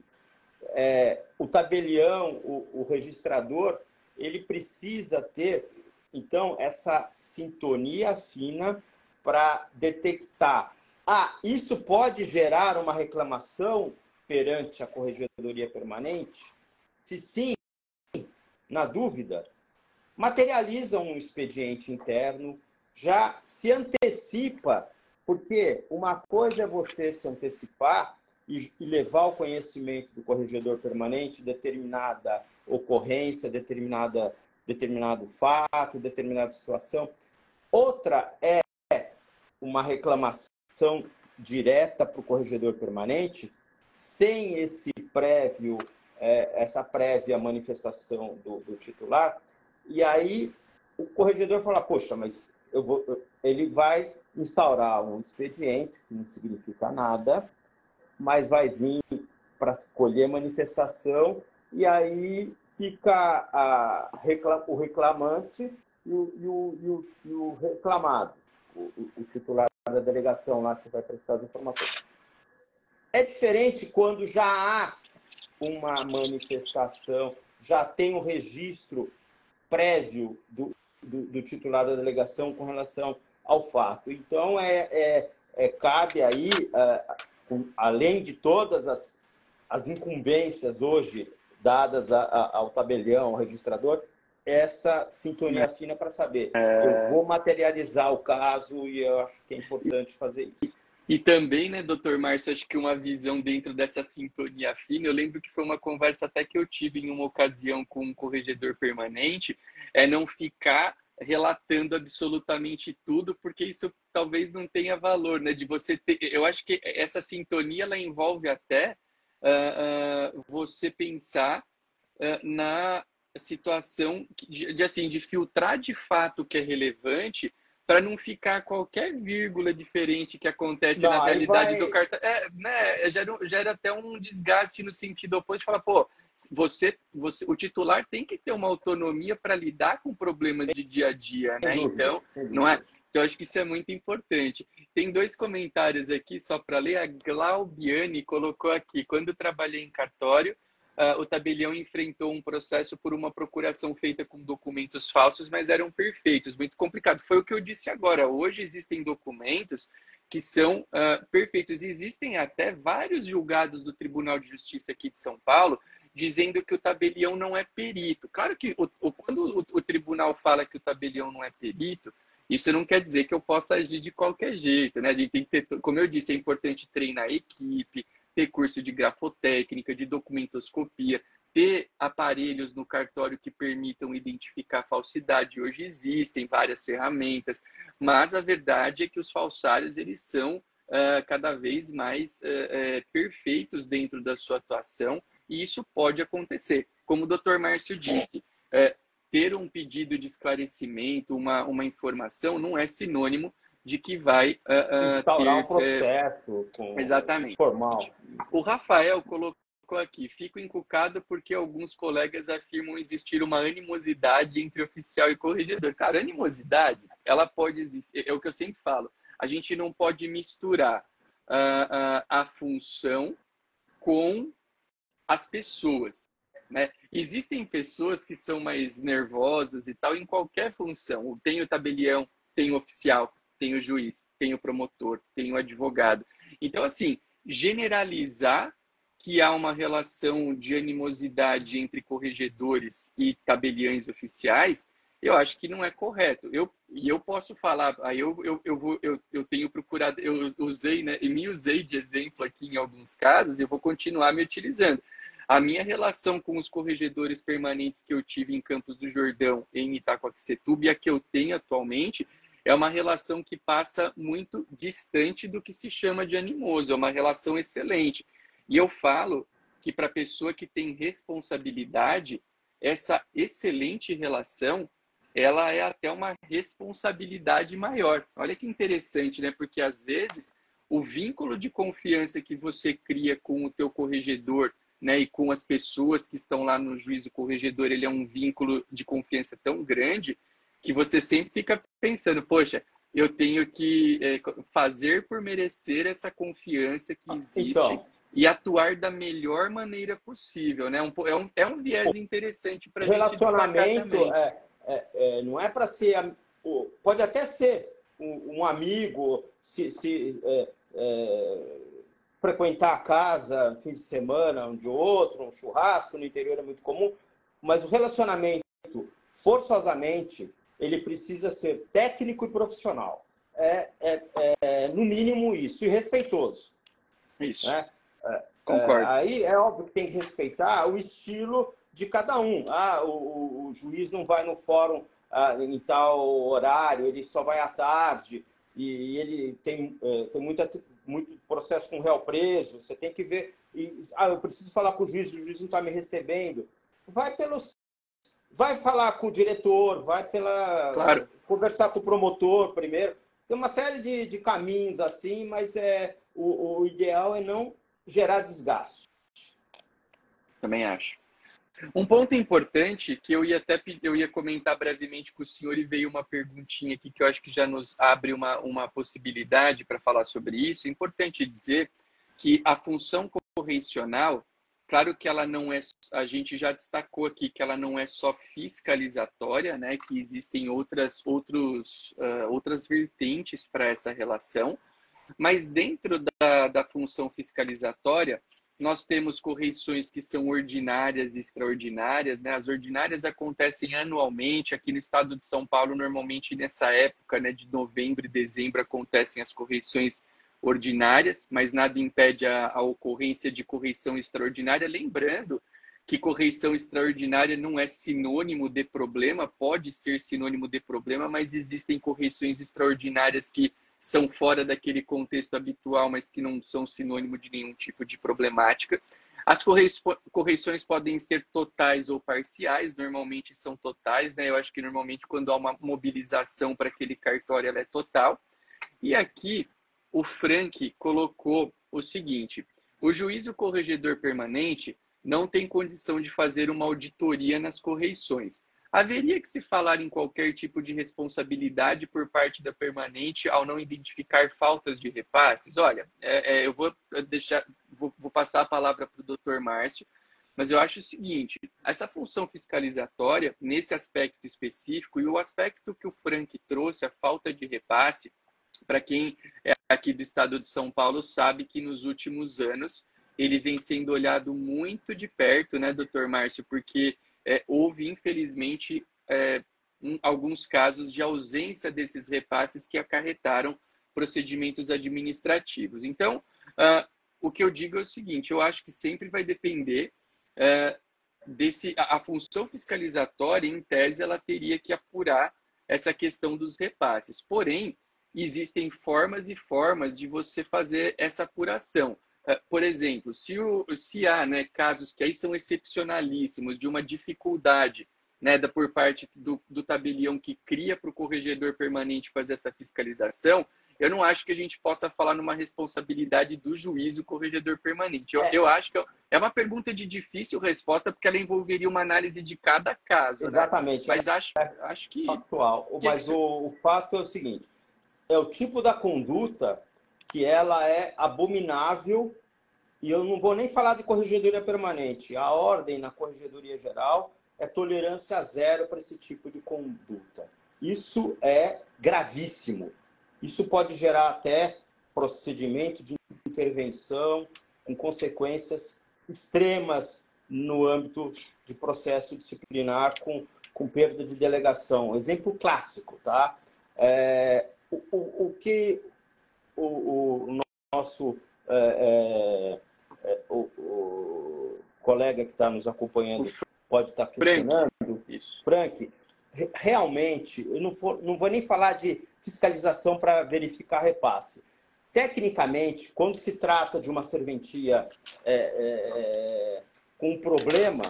É, o tabelião, o, o registrador, ele precisa ter, então, essa sintonia fina para detectar. Ah, isso pode gerar uma reclamação perante a Corregedoria Permanente? Se sim, na dúvida, materializa um expediente interno, já se antecipa, porque uma coisa é você se antecipar e, e levar ao conhecimento do corregedor permanente determinada ocorrência, determinada, determinado fato, determinada situação. Outra é uma reclamação direta para o corregedor permanente, sem esse prévio, é, essa prévia manifestação do, do titular, e aí o corregedor fala, poxa, mas eu vou, ele vai instaurar um expediente, que não significa nada, mas vai vir para colher manifestação, e aí fica a, o reclamante e o, e o, e o, e o reclamado, o, o titular da delegação lá que vai prestar as informações. É diferente quando já há uma manifestação, já tem um registro prévio do, do, do titular da delegação com relação ao fato. Então, é, é, é cabe aí, é, além de todas as, as incumbências hoje dadas a, a, ao tabelião, ao registrador, essa sintonia fina para saber. Eu vou materializar o caso e eu acho que é importante fazer isso. E também, né, doutor Márcio, acho que uma visão dentro dessa sintonia fina, eu lembro que foi uma conversa até que eu tive em uma ocasião com um corregedor permanente, é não ficar relatando absolutamente tudo, porque isso talvez não tenha valor, né, de você ter, eu acho que essa sintonia, ela envolve até uh, uh, você pensar uh, na situação de, de, assim, de filtrar de fato o que é relevante, para não ficar qualquer vírgula diferente que acontece não, na realidade vai... do cartão. É, né, gera, gera até um desgaste no sentido oposto, de falar, pô, você, você, o titular tem que ter uma autonomia para lidar com problemas de dia a dia, né? Então, não é? Então, acho que isso é muito importante. Tem dois comentários aqui, só para ler. A Glaubiane colocou aqui, quando eu trabalhei em cartório, Uh, o tabelião enfrentou um processo por uma procuração feita com documentos falsos, mas eram perfeitos, muito complicado. Foi o que eu disse agora. Hoje existem documentos que são uh, perfeitos. Existem até vários julgados do Tribunal de Justiça aqui de São Paulo dizendo que o tabelião não é perito. Claro que o, o, quando o, o tribunal fala que o tabelião não é perito, isso não quer dizer que eu possa agir de qualquer jeito, né? A gente tem que ter, como eu disse, é importante treinar a equipe, ter curso de grafotécnica, de documentoscopia, ter aparelhos no cartório que permitam identificar falsidade. Hoje existem várias ferramentas, mas a verdade é que os falsários eles são uh, cada vez mais uh, uh, perfeitos dentro da sua atuação, e isso pode acontecer. Como o doutor Márcio disse, uh, ter um pedido de esclarecimento, uma, uma informação, não é sinônimo de que vai uh, uh, instaurar ter... um processo uh, com... exatamente. formal. O Rafael colocou aqui, fico encucado porque alguns colegas afirmam existir uma animosidade entre oficial e corregedor. Cara, animosidade, ela pode existir, é o que eu sempre falo, a gente não pode misturar uh, uh, a função com as pessoas, né? Existem pessoas que são mais nervosas e tal em qualquer função. Tem o tabelião, tem o oficial, tem o juiz, tem o promotor, tem o advogado. Então, assim, generalizar que há uma relação de animosidade entre corregedores e tabeliães oficiais, eu acho que não é correto. Eu, e eu posso falar, aí eu, eu, eu, vou, eu, eu tenho procurado, eu usei, né, e me usei de exemplo aqui em alguns casos, e eu vou continuar me utilizando. A minha relação com os corregedores permanentes que eu tive em Campos do Jordão, em Itacoaquecetuba, e a que eu tenho atualmente, é uma relação que passa muito distante do que se chama de animoso, é uma relação excelente. E eu falo que para a pessoa que tem responsabilidade, essa excelente relação, ela é até uma responsabilidade maior. Olha que interessante, né? Porque às vezes o vínculo de confiança que você cria com o teu corregedor, né, e com as pessoas que estão lá no juízo corregedor, ele é um vínculo de confiança tão grande que você sempre fica pensando, poxa, eu tenho que é, fazer por merecer essa confiança que existe. Então... e atuar da melhor maneira possível, né? Um, é, um, é um viés interessante para a gente destacar também. Relacionamento é, é, é, não é para ser... Pode até ser um, um amigo, se, se é, é, frequentar a casa fim de semana, um de outro, um churrasco no interior é muito comum, mas o relacionamento, forçosamente, ele precisa ser técnico e profissional. É, é, é no mínimo isso, e respeitoso. Isso. Né? Concordo. É, aí é óbvio que tem que respeitar o estilo de cada um. Ah, o, o, o juiz não vai no fórum ah, em tal horário, ele só vai à tarde, e, e ele tem, é, tem muita, muito processo com réu preso, você tem que ver. E, ah, eu preciso falar com o juiz, o juiz não está me recebendo. Vai pelos. Vai falar com o diretor, vai pela. Claro. Conversar com o promotor primeiro. Tem uma série de, de caminhos assim, mas é, o, o ideal é não gerar desgaste. Também acho. Um ponto importante que eu ia até eu ia comentar brevemente com o senhor, e veio uma perguntinha aqui que eu acho que já nos abre uma, uma possibilidade para falar sobre isso. É importante dizer que a função correcional, claro que ela não é, a gente já destacou aqui que ela não é só fiscalizatória, né? Que existem outras, outros, uh, outras vertentes para essa relação. Mas dentro da, da função fiscalizatória, nós temos correições que são ordinárias e extraordinárias, né? As ordinárias acontecem anualmente. Aqui no estado de São Paulo, normalmente nessa época, né, de novembro e dezembro, acontecem as correições ordinárias, mas nada impede a, a ocorrência de correição extraordinária. Lembrando que correição extraordinária não é sinônimo de problema, pode ser sinônimo de problema, mas existem correições extraordinárias que são fora daquele contexto habitual, mas que não são sinônimo de nenhum tipo de problemática. As correições podem ser totais ou parciais, normalmente são totais, né? Eu acho que normalmente quando há uma mobilização para aquele cartório, ela é total. E aqui o Frank colocou o seguinte: o juiz e o corregedor permanente não tem condição de fazer uma auditoria nas correições. Haveria que se falar em qualquer tipo de responsabilidade por parte da permanente ao não identificar faltas de repasses? Olha, é, é, eu vou, deixar, vou, vou passar a palavra para o doutor Márcio, mas eu acho o seguinte: essa função fiscalizatória, nesse aspecto específico, e o aspecto que o Frank trouxe, a falta de repasse, para quem é aqui do estado de São Paulo sabe que nos últimos anos ele vem sendo olhado muito de perto, né, doutor Márcio, porque É, houve, infelizmente, é, um, alguns casos de ausência desses repasses que acarretaram procedimentos administrativos. Então, uh, o que eu digo é o seguinte: eu acho que sempre vai depender uh, desse, a, a função fiscalizatória, em tese, ela teria que apurar essa questão dos repasses. Porém, existem formas e formas de você fazer essa apuração. Por exemplo, se, o, se há, né, casos que aí são excepcionalíssimos, de uma dificuldade, né, da, por parte do, do tabelião que cria para o corregedor permanente fazer essa fiscalização, eu não acho que a gente possa falar numa responsabilidade do juiz, o corregedor permanente. Eu, é. eu acho que é uma pergunta de difícil resposta, porque ela envolveria uma análise de cada caso. Exatamente. Né? Mas acho, acho que... Atual. que Mas é que... O, o fato é o seguinte, é o tipo da conduta que ela é abominável, e eu não vou nem falar de corregedoria permanente. A ordem na corregedoria geral é tolerância zero para esse tipo de conduta. Isso é gravíssimo. Isso pode gerar até procedimento de intervenção com consequências extremas no âmbito de processo disciplinar com, com perda de delegação. Exemplo clássico, tá? É, o, o, o que o, o nosso é, é, o, o colega que está nos acompanhando pode estar questionando, Frank, isso. Frank, realmente, eu não, for, não vou nem falar de fiscalização para verificar repasse. Tecnicamente, quando se trata de uma serventia é, é, com um problema,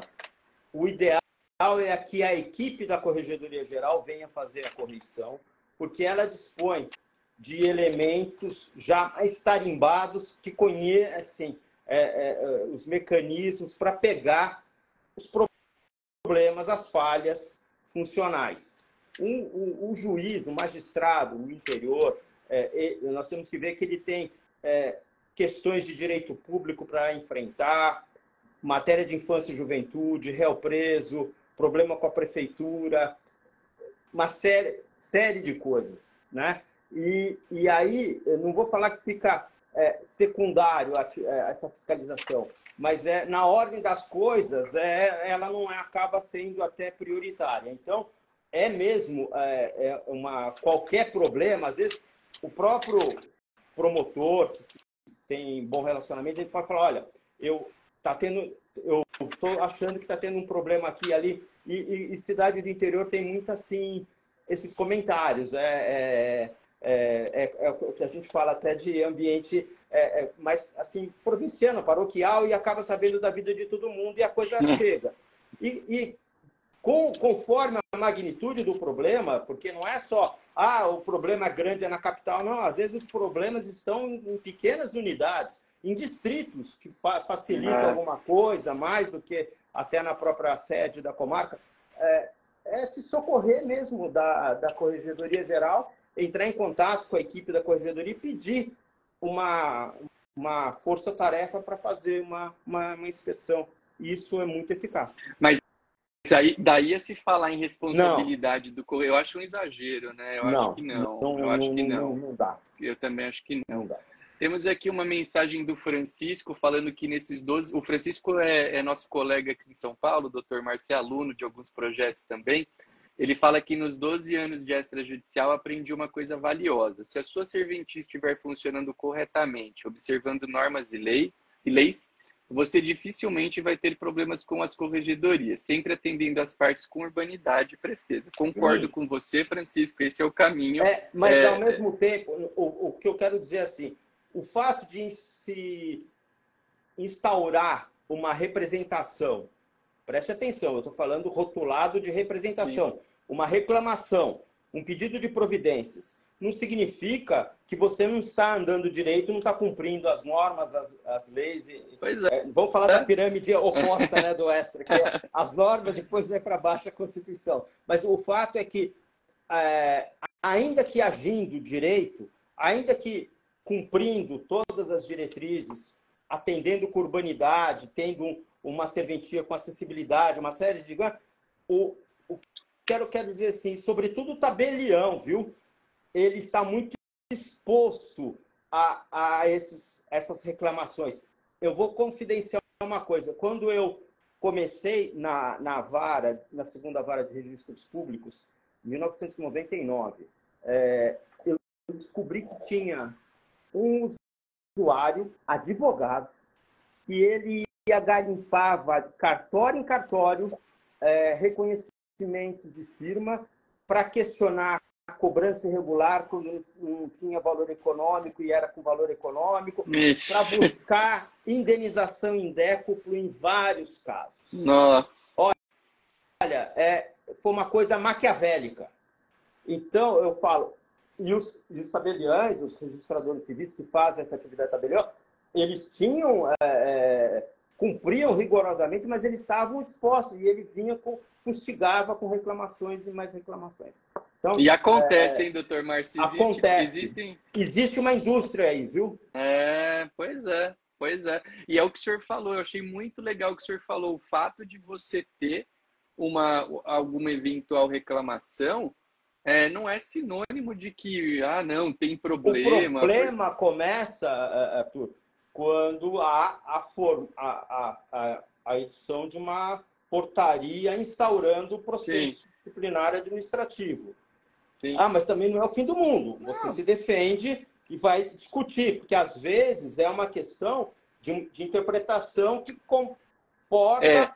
o ideal é que a equipe da Corregedoria Geral venha fazer a correção, porque ela dispõe de elementos já mais tarimbados que conhecem é, é, os mecanismos para pegar os problemas, as falhas funcionais. Um, o, o juiz, o magistrado, o interior, é, nós temos que ver que ele tem é, questões de direito público para enfrentar, matéria de infância e juventude, réu preso, problema com a prefeitura, uma série, série de coisas, né? E, e aí, eu não vou falar que fica é, secundário a, a, essa fiscalização, mas é, na ordem das coisas, é, ela não acaba sendo até prioritária. Então, é mesmo é, é uma, qualquer problema, às vezes o próprio promotor, que tem bom relacionamento, ele pode falar, olha, eu tá tendo, eu estou achando que está tendo um problema aqui e ali, e, e, e cidade do interior tem muito assim, esses comentários, é, é, é, é, é o que a gente fala até de ambiente é, é, mais assim, provinciano, paroquial, e acaba sabendo da vida de todo mundo e a coisa chega. E, e com, conforme a magnitude do problema, porque não é só, ah, o problema grande é na capital, não, às vezes os problemas estão em pequenas unidades, em distritos, que fa facilitam é. alguma coisa, mais do que até na própria sede da comarca, é, é se socorrer mesmo da, da Corregedoria Geral, entrar em contato com a equipe da Corregedoria e pedir uma, uma força-tarefa para fazer uma, uma, uma inspeção. Isso é muito eficaz. Mas aí, daí a se falar em responsabilidade não. do correio, eu acho um exagero, né? Eu não, acho que não. não eu acho que não. Não, não dá. Eu também acho que não. Não dá. Temos aqui uma mensagem do Francisco falando que nesses doze... O Francisco é, é nosso colega aqui em São Paulo, o doutor Márcio é aluno de alguns projetos também. Ele fala que nos doze anos de extrajudicial aprendi uma coisa valiosa. Se a sua serventia estiver funcionando corretamente, observando normas e, lei, e leis, você dificilmente vai ter problemas com as corregedorias, sempre atendendo as partes com urbanidade e presteza. Concordo Sim. com você, Francisco, esse é o caminho. É, mas, é... ao mesmo tempo, o, o que eu quero dizer assim, o fato de se instaurar uma representação, preste atenção, eu estou falando rotulado de representação, Sim. uma reclamação, um pedido de providências, não significa que você não está andando direito, não está cumprindo as normas, as, as leis. Pois é. É, vamos falar da pirâmide oposta, né, do extra, que é as normas, depois vai para baixo a Constituição. Mas o fato é que, é, ainda que agindo direito, ainda que cumprindo todas as diretrizes, atendendo com urbanidade, tendo um, uma serventia com acessibilidade, uma série de... O, o, quero, quero dizer assim, sobretudo o tabelião, viu? Ele está muito exposto a, a esses, essas reclamações. Eu vou confidenciar uma coisa. Quando eu comecei na, na vara, na segunda vara de registros públicos, em mil novecentos e noventa e nove, é, eu descobri que tinha um usuário, advogado, e ele garimpava cartório em cartório é, reconhecimento de firma para questionar a cobrança irregular quando não tinha valor econômico e era com valor econômico, para buscar indenização em décuplo em vários casos. Nossa! Olha, é, foi uma coisa maquiavélica. Então, eu falo, e os, e os tabeliães, os registradores civis que fazem essa atividade tabelião, eles tinham, é, é, cumpriam rigorosamente, mas eles estavam expostos, e ele vinha com, fustigava com reclamações e mais reclamações. Então, e acontece, é, hein, doutor Márcio? Existe, acontece. Existem... Existe uma indústria aí, viu? É, pois é, pois é. E é o que o senhor falou, eu achei muito legal o que o senhor falou, o fato de você ter uma, alguma eventual reclamação, é, não é sinônimo de que, ah, não, tem problema. O problema porque... começa, Arthur, quando há a, form... a, a, a edição de uma portaria instaurando o processo Sim. disciplinar administrativo. Sim. Ah, mas também não é o fim do mundo. Você não. se defende e vai discutir, porque às vezes é uma questão de, de interpretação que comporta é.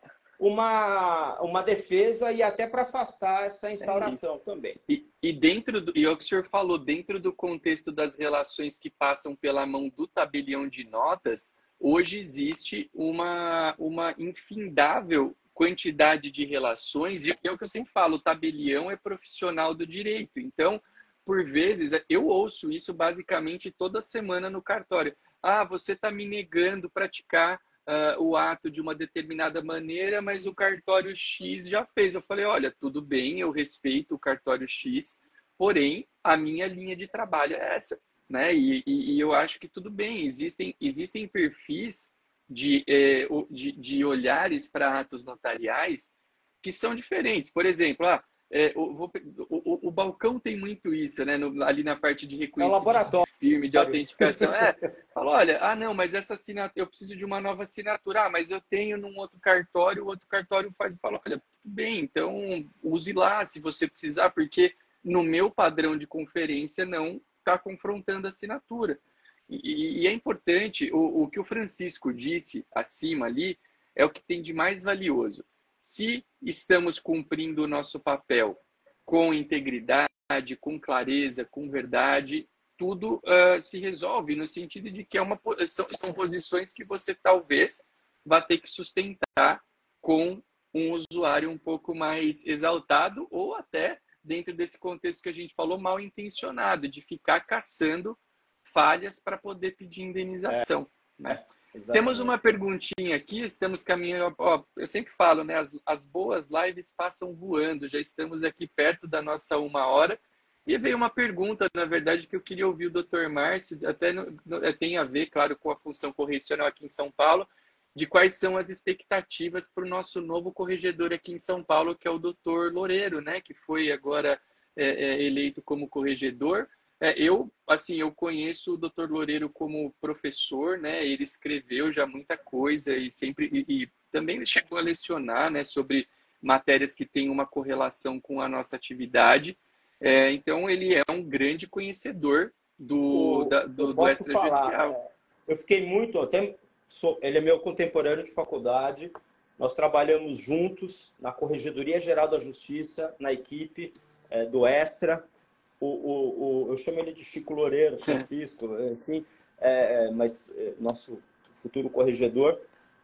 uma, uma defesa e até para afastar essa instauração é também. E, e dentro do, e é o que o senhor falou, dentro do contexto das relações que passam pela mão do tabelião de notas, hoje existe uma, uma infindável quantidade de relações, e é o que eu sempre falo, o tabelião é profissional do direito. Então, por vezes, eu ouço isso basicamente toda semana no cartório. Ah, você está me negando praticar uh, o ato de uma determinada maneira, mas o cartório X já fez. Eu falei, olha, tudo bem, eu respeito o cartório X, porém, a minha linha de trabalho é essa, né? E, e, e eu acho que tudo bem, existem, existem perfis De, de, de olhares para atos notariais que são diferentes. Por exemplo, ah, é, o, vou, o, o balcão tem muito isso, né? No, ali na parte de reconhecimento é de firme, de autenticação. É, fala, olha, ah, não, mas essa assinatura, eu preciso de uma nova assinatura, ah, mas eu tenho num outro cartório, o outro cartório faz e fala, olha, tudo bem, então use lá se você precisar, porque no meu padrão de conferência não está confrontando a assinatura. E, e é importante, o, o que o Francisco disse acima ali é o que tem de mais valioso. Se estamos cumprindo o nosso papel com integridade, com clareza, com verdade, tudo uh, se resolve no sentido de que é uma, são, são posições que você talvez vá ter que sustentar com um usuário um pouco mais exaltado ou até, dentro desse contexto que a gente falou, mal intencionado, de ficar caçando falhas para poder pedir indenização. É, né? Temos uma perguntinha aqui, estamos caminhando, ó, eu sempre falo, né, as, as boas lives passam voando, já estamos aqui perto da nossa uma hora, e veio uma pergunta, na verdade, que eu queria ouvir o doutor Márcio, até no, no, tem a ver, claro, com a função correcional aqui em São Paulo, de quais são as expectativas para o nosso novo corregedor aqui em São Paulo, que é o doutor Loureiro, né, que foi agora é, é, eleito como corregedor. É, eu, assim, eu conheço o doutor Loureiro como professor, né? Ele escreveu já muita coisa e sempre e, e também chegou a lecionar, né, sobre matérias que têm uma correlação com a nossa atividade. É, então, ele é um grande conhecedor do, o, da, do, do extrajudicial. Falar, eu fiquei muito, até sou, ele é meu contemporâneo de faculdade. Nós trabalhamos juntos na Corregedoria Geral da Justiça, na equipe é, do Extra. O, o, o, eu chamo ele de Chico Loureiro, Francisco, enfim, é, mas é, nosso futuro corregedor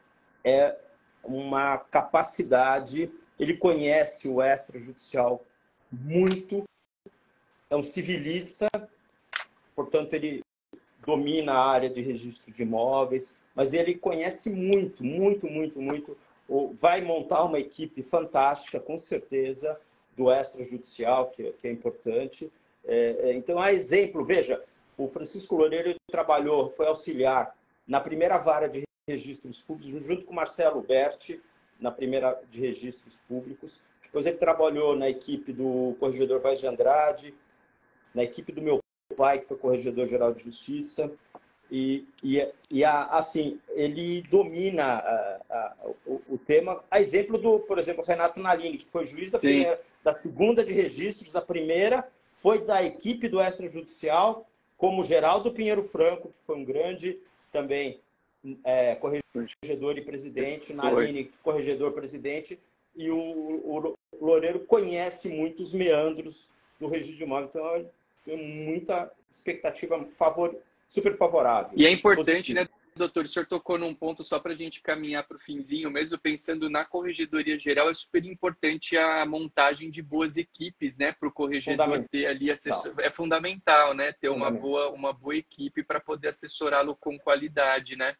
é uma capacidade, ele conhece o extrajudicial muito, é um civilista, portanto ele domina a área de registro de imóveis, mas ele conhece muito, muito, muito, muito, vai montar uma equipe fantástica, com certeza, do extrajudicial, que, que é importante. É, então, há exemplo, veja, o Francisco Loureiro trabalhou, foi auxiliar na primeira vara de registros públicos, junto com o Marcelo Berti, na primeira de registros públicos. Depois ele trabalhou na equipe do corregedor Vaz de Andrade, na equipe do meu pai, que foi corregedor-geral de Justiça. E, e, e a, assim, ele domina a, a, o, o tema. A exemplo do, por exemplo, Renato Nalini, que foi juiz da, primeira, da segunda de registros, da primeira, foi da equipe do extrajudicial, como Geraldo Pinheiro Franco, que foi um grande também é, corregedor e presidente, Naline, corregedor-presidente, e o, o Loureiro conhece muito os meandros do registro de imóvel, então tem muita expectativa favor, super favorável. E é importante, positivo. Né, doutor, o senhor tocou num ponto só para a gente caminhar para o finzinho, mesmo pensando na corregedoria geral, é super importante a montagem de boas equipes, né, para o corregedor ter ali assessor... É fundamental, né, ter uma boa, uma boa equipe para poder assessorá-lo com qualidade, né?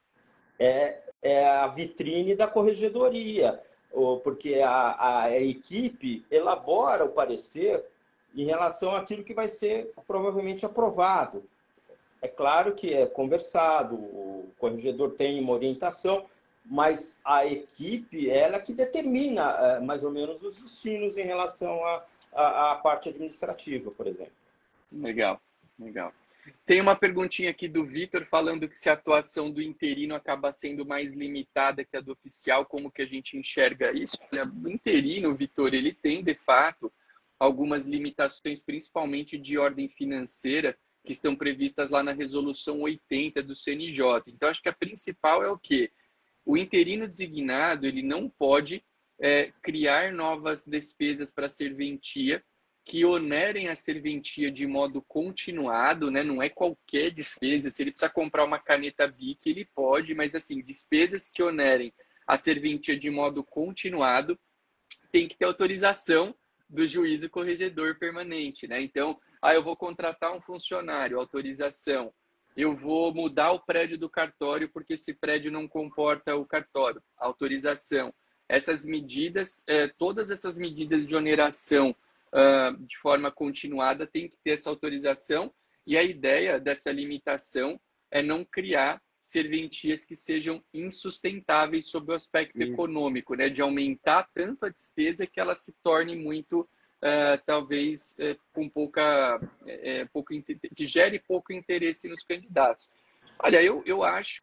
É, é a vitrine da corregedoria, porque a, a equipe elabora o parecer em relação àquilo que vai ser provavelmente aprovado. É claro que é conversado, o corregedor tem uma orientação, mas a equipe ela que determina é, mais ou menos os destinos em relação à, à, à parte administrativa, por exemplo. Legal, legal. Tem uma perguntinha aqui do Vitor falando que se a atuação do interino acaba sendo mais limitada que a do oficial, como que a gente enxerga isso? O interino, Vitor, ele tem, de fato, algumas limitações, principalmente de ordem financeira, que estão previstas lá na resolução oitenta do C N J. Então, acho que a principal é o quê? O interino designado, ele não pode é, criar novas despesas para a serventia que onerem a serventia de modo continuado, né? Não é qualquer despesa. Se ele precisa comprar uma caneta Bic, ele pode, mas assim, despesas que onerem a serventia de modo continuado tem que ter autorização do juízo corregedor permanente, né? Então, ah, eu vou contratar um funcionário, autorização. Eu vou mudar o prédio do cartório porque esse prédio não comporta o cartório, autorização. Essas medidas, eh, todas essas medidas de oneração uh, de forma continuada tem que ter essa autorização, e a ideia dessa limitação é não criar serventias que sejam insustentáveis sob o aspecto Sim. econômico, né? De aumentar tanto a despesa que ela se torne muito Uh, talvez uh, com pouca, uh, pouco, que gere pouco interesse nos candidatos. Olha, eu, eu acho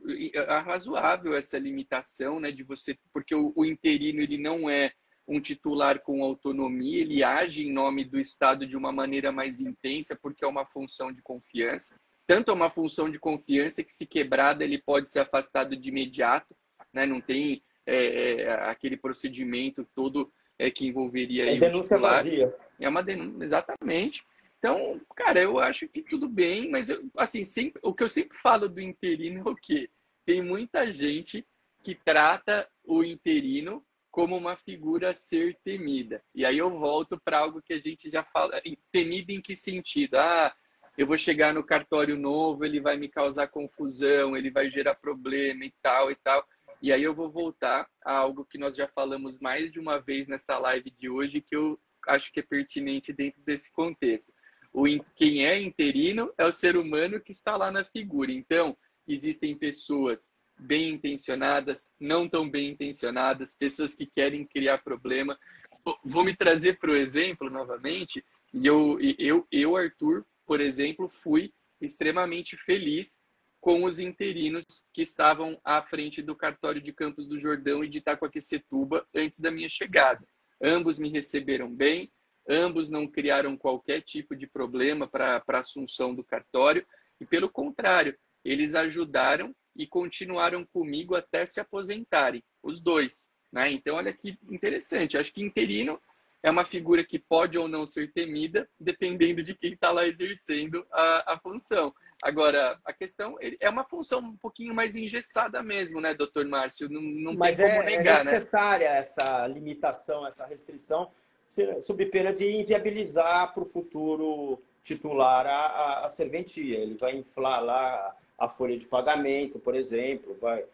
razoável essa limitação, né, de você, porque o, o interino ele não é um titular com autonomia, ele age em nome do Estado de uma maneira mais intensa, porque é uma função de confiança. Tanto é uma função de confiança que, se quebrada, ele pode ser afastado de imediato, né, não tem é, aquele procedimento todo É, que envolveria aí é denúncia o titular. Vazia. É uma denúncia, exatamente. Então, cara, eu acho que tudo bem, mas eu, assim, sempre, o que eu sempre falo do interino é o quê? Tem muita gente que trata o interino como uma figura a ser temida. E aí eu volto para algo que a gente já fala. Temida em que sentido? Ah, eu vou chegar no cartório novo, ele vai me causar confusão, ele vai gerar problema e tal e tal. E aí eu vou voltar a algo que nós já falamos mais de uma vez nessa live de hoje, que eu acho que é pertinente dentro desse contexto. O, quem é interino é o ser humano que está lá na figura. Então, existem pessoas bem intencionadas, não tão bem intencionadas, pessoas que querem criar problema. Vou me trazer para o exemplo novamente. E eu, eu, eu, Arthur, por exemplo, fui extremamente feliz com os interinos que estavam à frente do cartório de Campos do Jordão e de Itacoaquecetuba antes da minha chegada. Ambos me receberam bem, ambos não criaram qualquer tipo de problema para a assunção do cartório, e pelo contrário, eles ajudaram e continuaram comigo até se aposentarem, os dois, né? Então, olha que interessante, acho que interino é uma figura que pode ou não ser temida, dependendo de quem está lá exercendo a, a função. Agora, a questão é uma função um pouquinho mais engessada mesmo, né, doutor Márcio? Não, não Mas tem como é, negar, é necessária, né, essa limitação, essa restrição, sob pena de inviabilizar para o futuro titular a, a, a serventia. Ele vai inflar lá a folha de pagamento, por exemplo, vai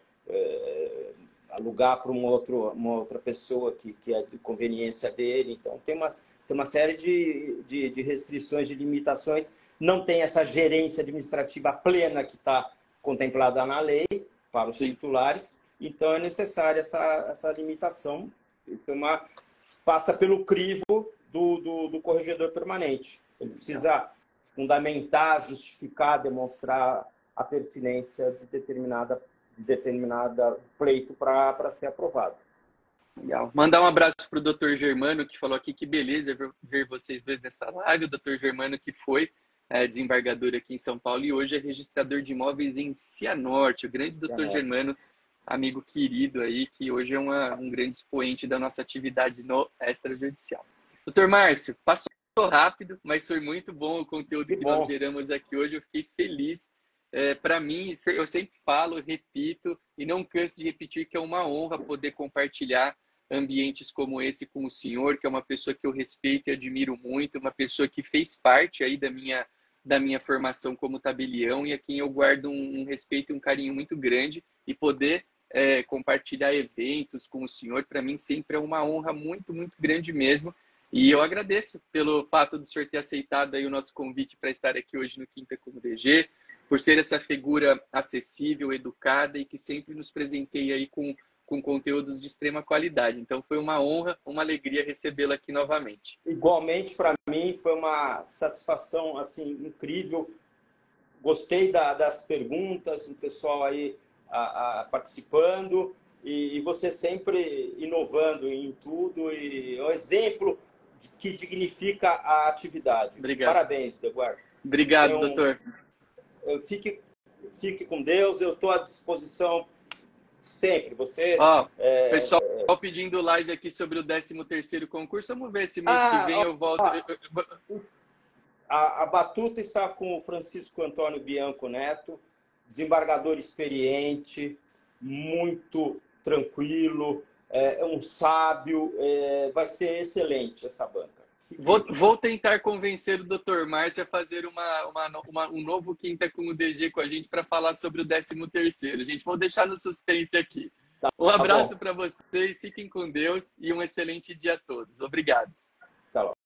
é, alugar para uma, uma outra pessoa que, que é de conveniência dele. Então, tem uma, tem uma série de, de, de restrições, de limitações. Não tem essa gerência administrativa plena que está contemplada na lei para os Sim. titulares. Então, é necessária essa, essa limitação. Então, uma, passa pelo crivo do, do, do corregedor permanente. Ele precisa fundamentar, justificar, demonstrar a pertinência de determinada, de determinada pleito para ser aprovado. Legal. Mandar um abraço para o doutor Germano, que falou aqui que beleza ver vocês dois nessa live. O doutor Germano, que foi é, desembargador aqui em São Paulo e hoje é registrador de imóveis em Cianorte, o grande doutor Germano, amigo querido aí, que hoje é uma, um grande expoente da nossa atividade no extrajudicial. doutor Márcio, passou rápido, mas foi muito bom o conteúdo que, que nós geramos aqui hoje, eu fiquei feliz. É, para mim, eu sempre falo, repito, e não canso de repetir que é uma honra poder compartilhar ambientes como esse com o senhor, que é uma pessoa que eu respeito e admiro muito, uma pessoa que fez parte aí da minha, da minha formação como tabelião e a quem eu guardo um, um respeito e um carinho muito grande, e poder é, compartilhar eventos com o senhor, para mim sempre é uma honra muito, muito grande mesmo. E eu agradeço pelo fato do senhor ter aceitado aí o nosso convite para estar aqui hoje no Quinta com o D G, por ser essa figura acessível, educada e que sempre nos presenteia aí com, com conteúdos de extrema qualidade. Então foi uma honra, uma alegria recebê-la aqui novamente. Igualmente, para mim, foi uma satisfação assim, incrível. Gostei da, das perguntas, o pessoal aí a, a, participando e, e você sempre inovando em tudo. E é um exemplo que dignifica a atividade. Obrigado. Parabéns, Deguar. Obrigado, um... doutor. Fique, fique com Deus, eu estou à disposição sempre. Você, ó, é, pessoal é... pedindo live aqui sobre o décimo terceiro concurso, vamos ver se mês ah, que vem ó, eu volto. Ó, a, a batuta está com o Francisco Antônio Bianco Neto, desembargador experiente, muito tranquilo, é, um sábio, é, vai ser excelente essa banca. Vou, vou tentar convencer o doutor Márcio a fazer uma, uma, uma, um novo Quinta com o D G com a gente para falar sobre o décimo terceiro. Gente, vou deixar no suspense aqui. Tá, um abraço tá para vocês, fiquem com Deus e um excelente dia a todos. Obrigado. Tá bom.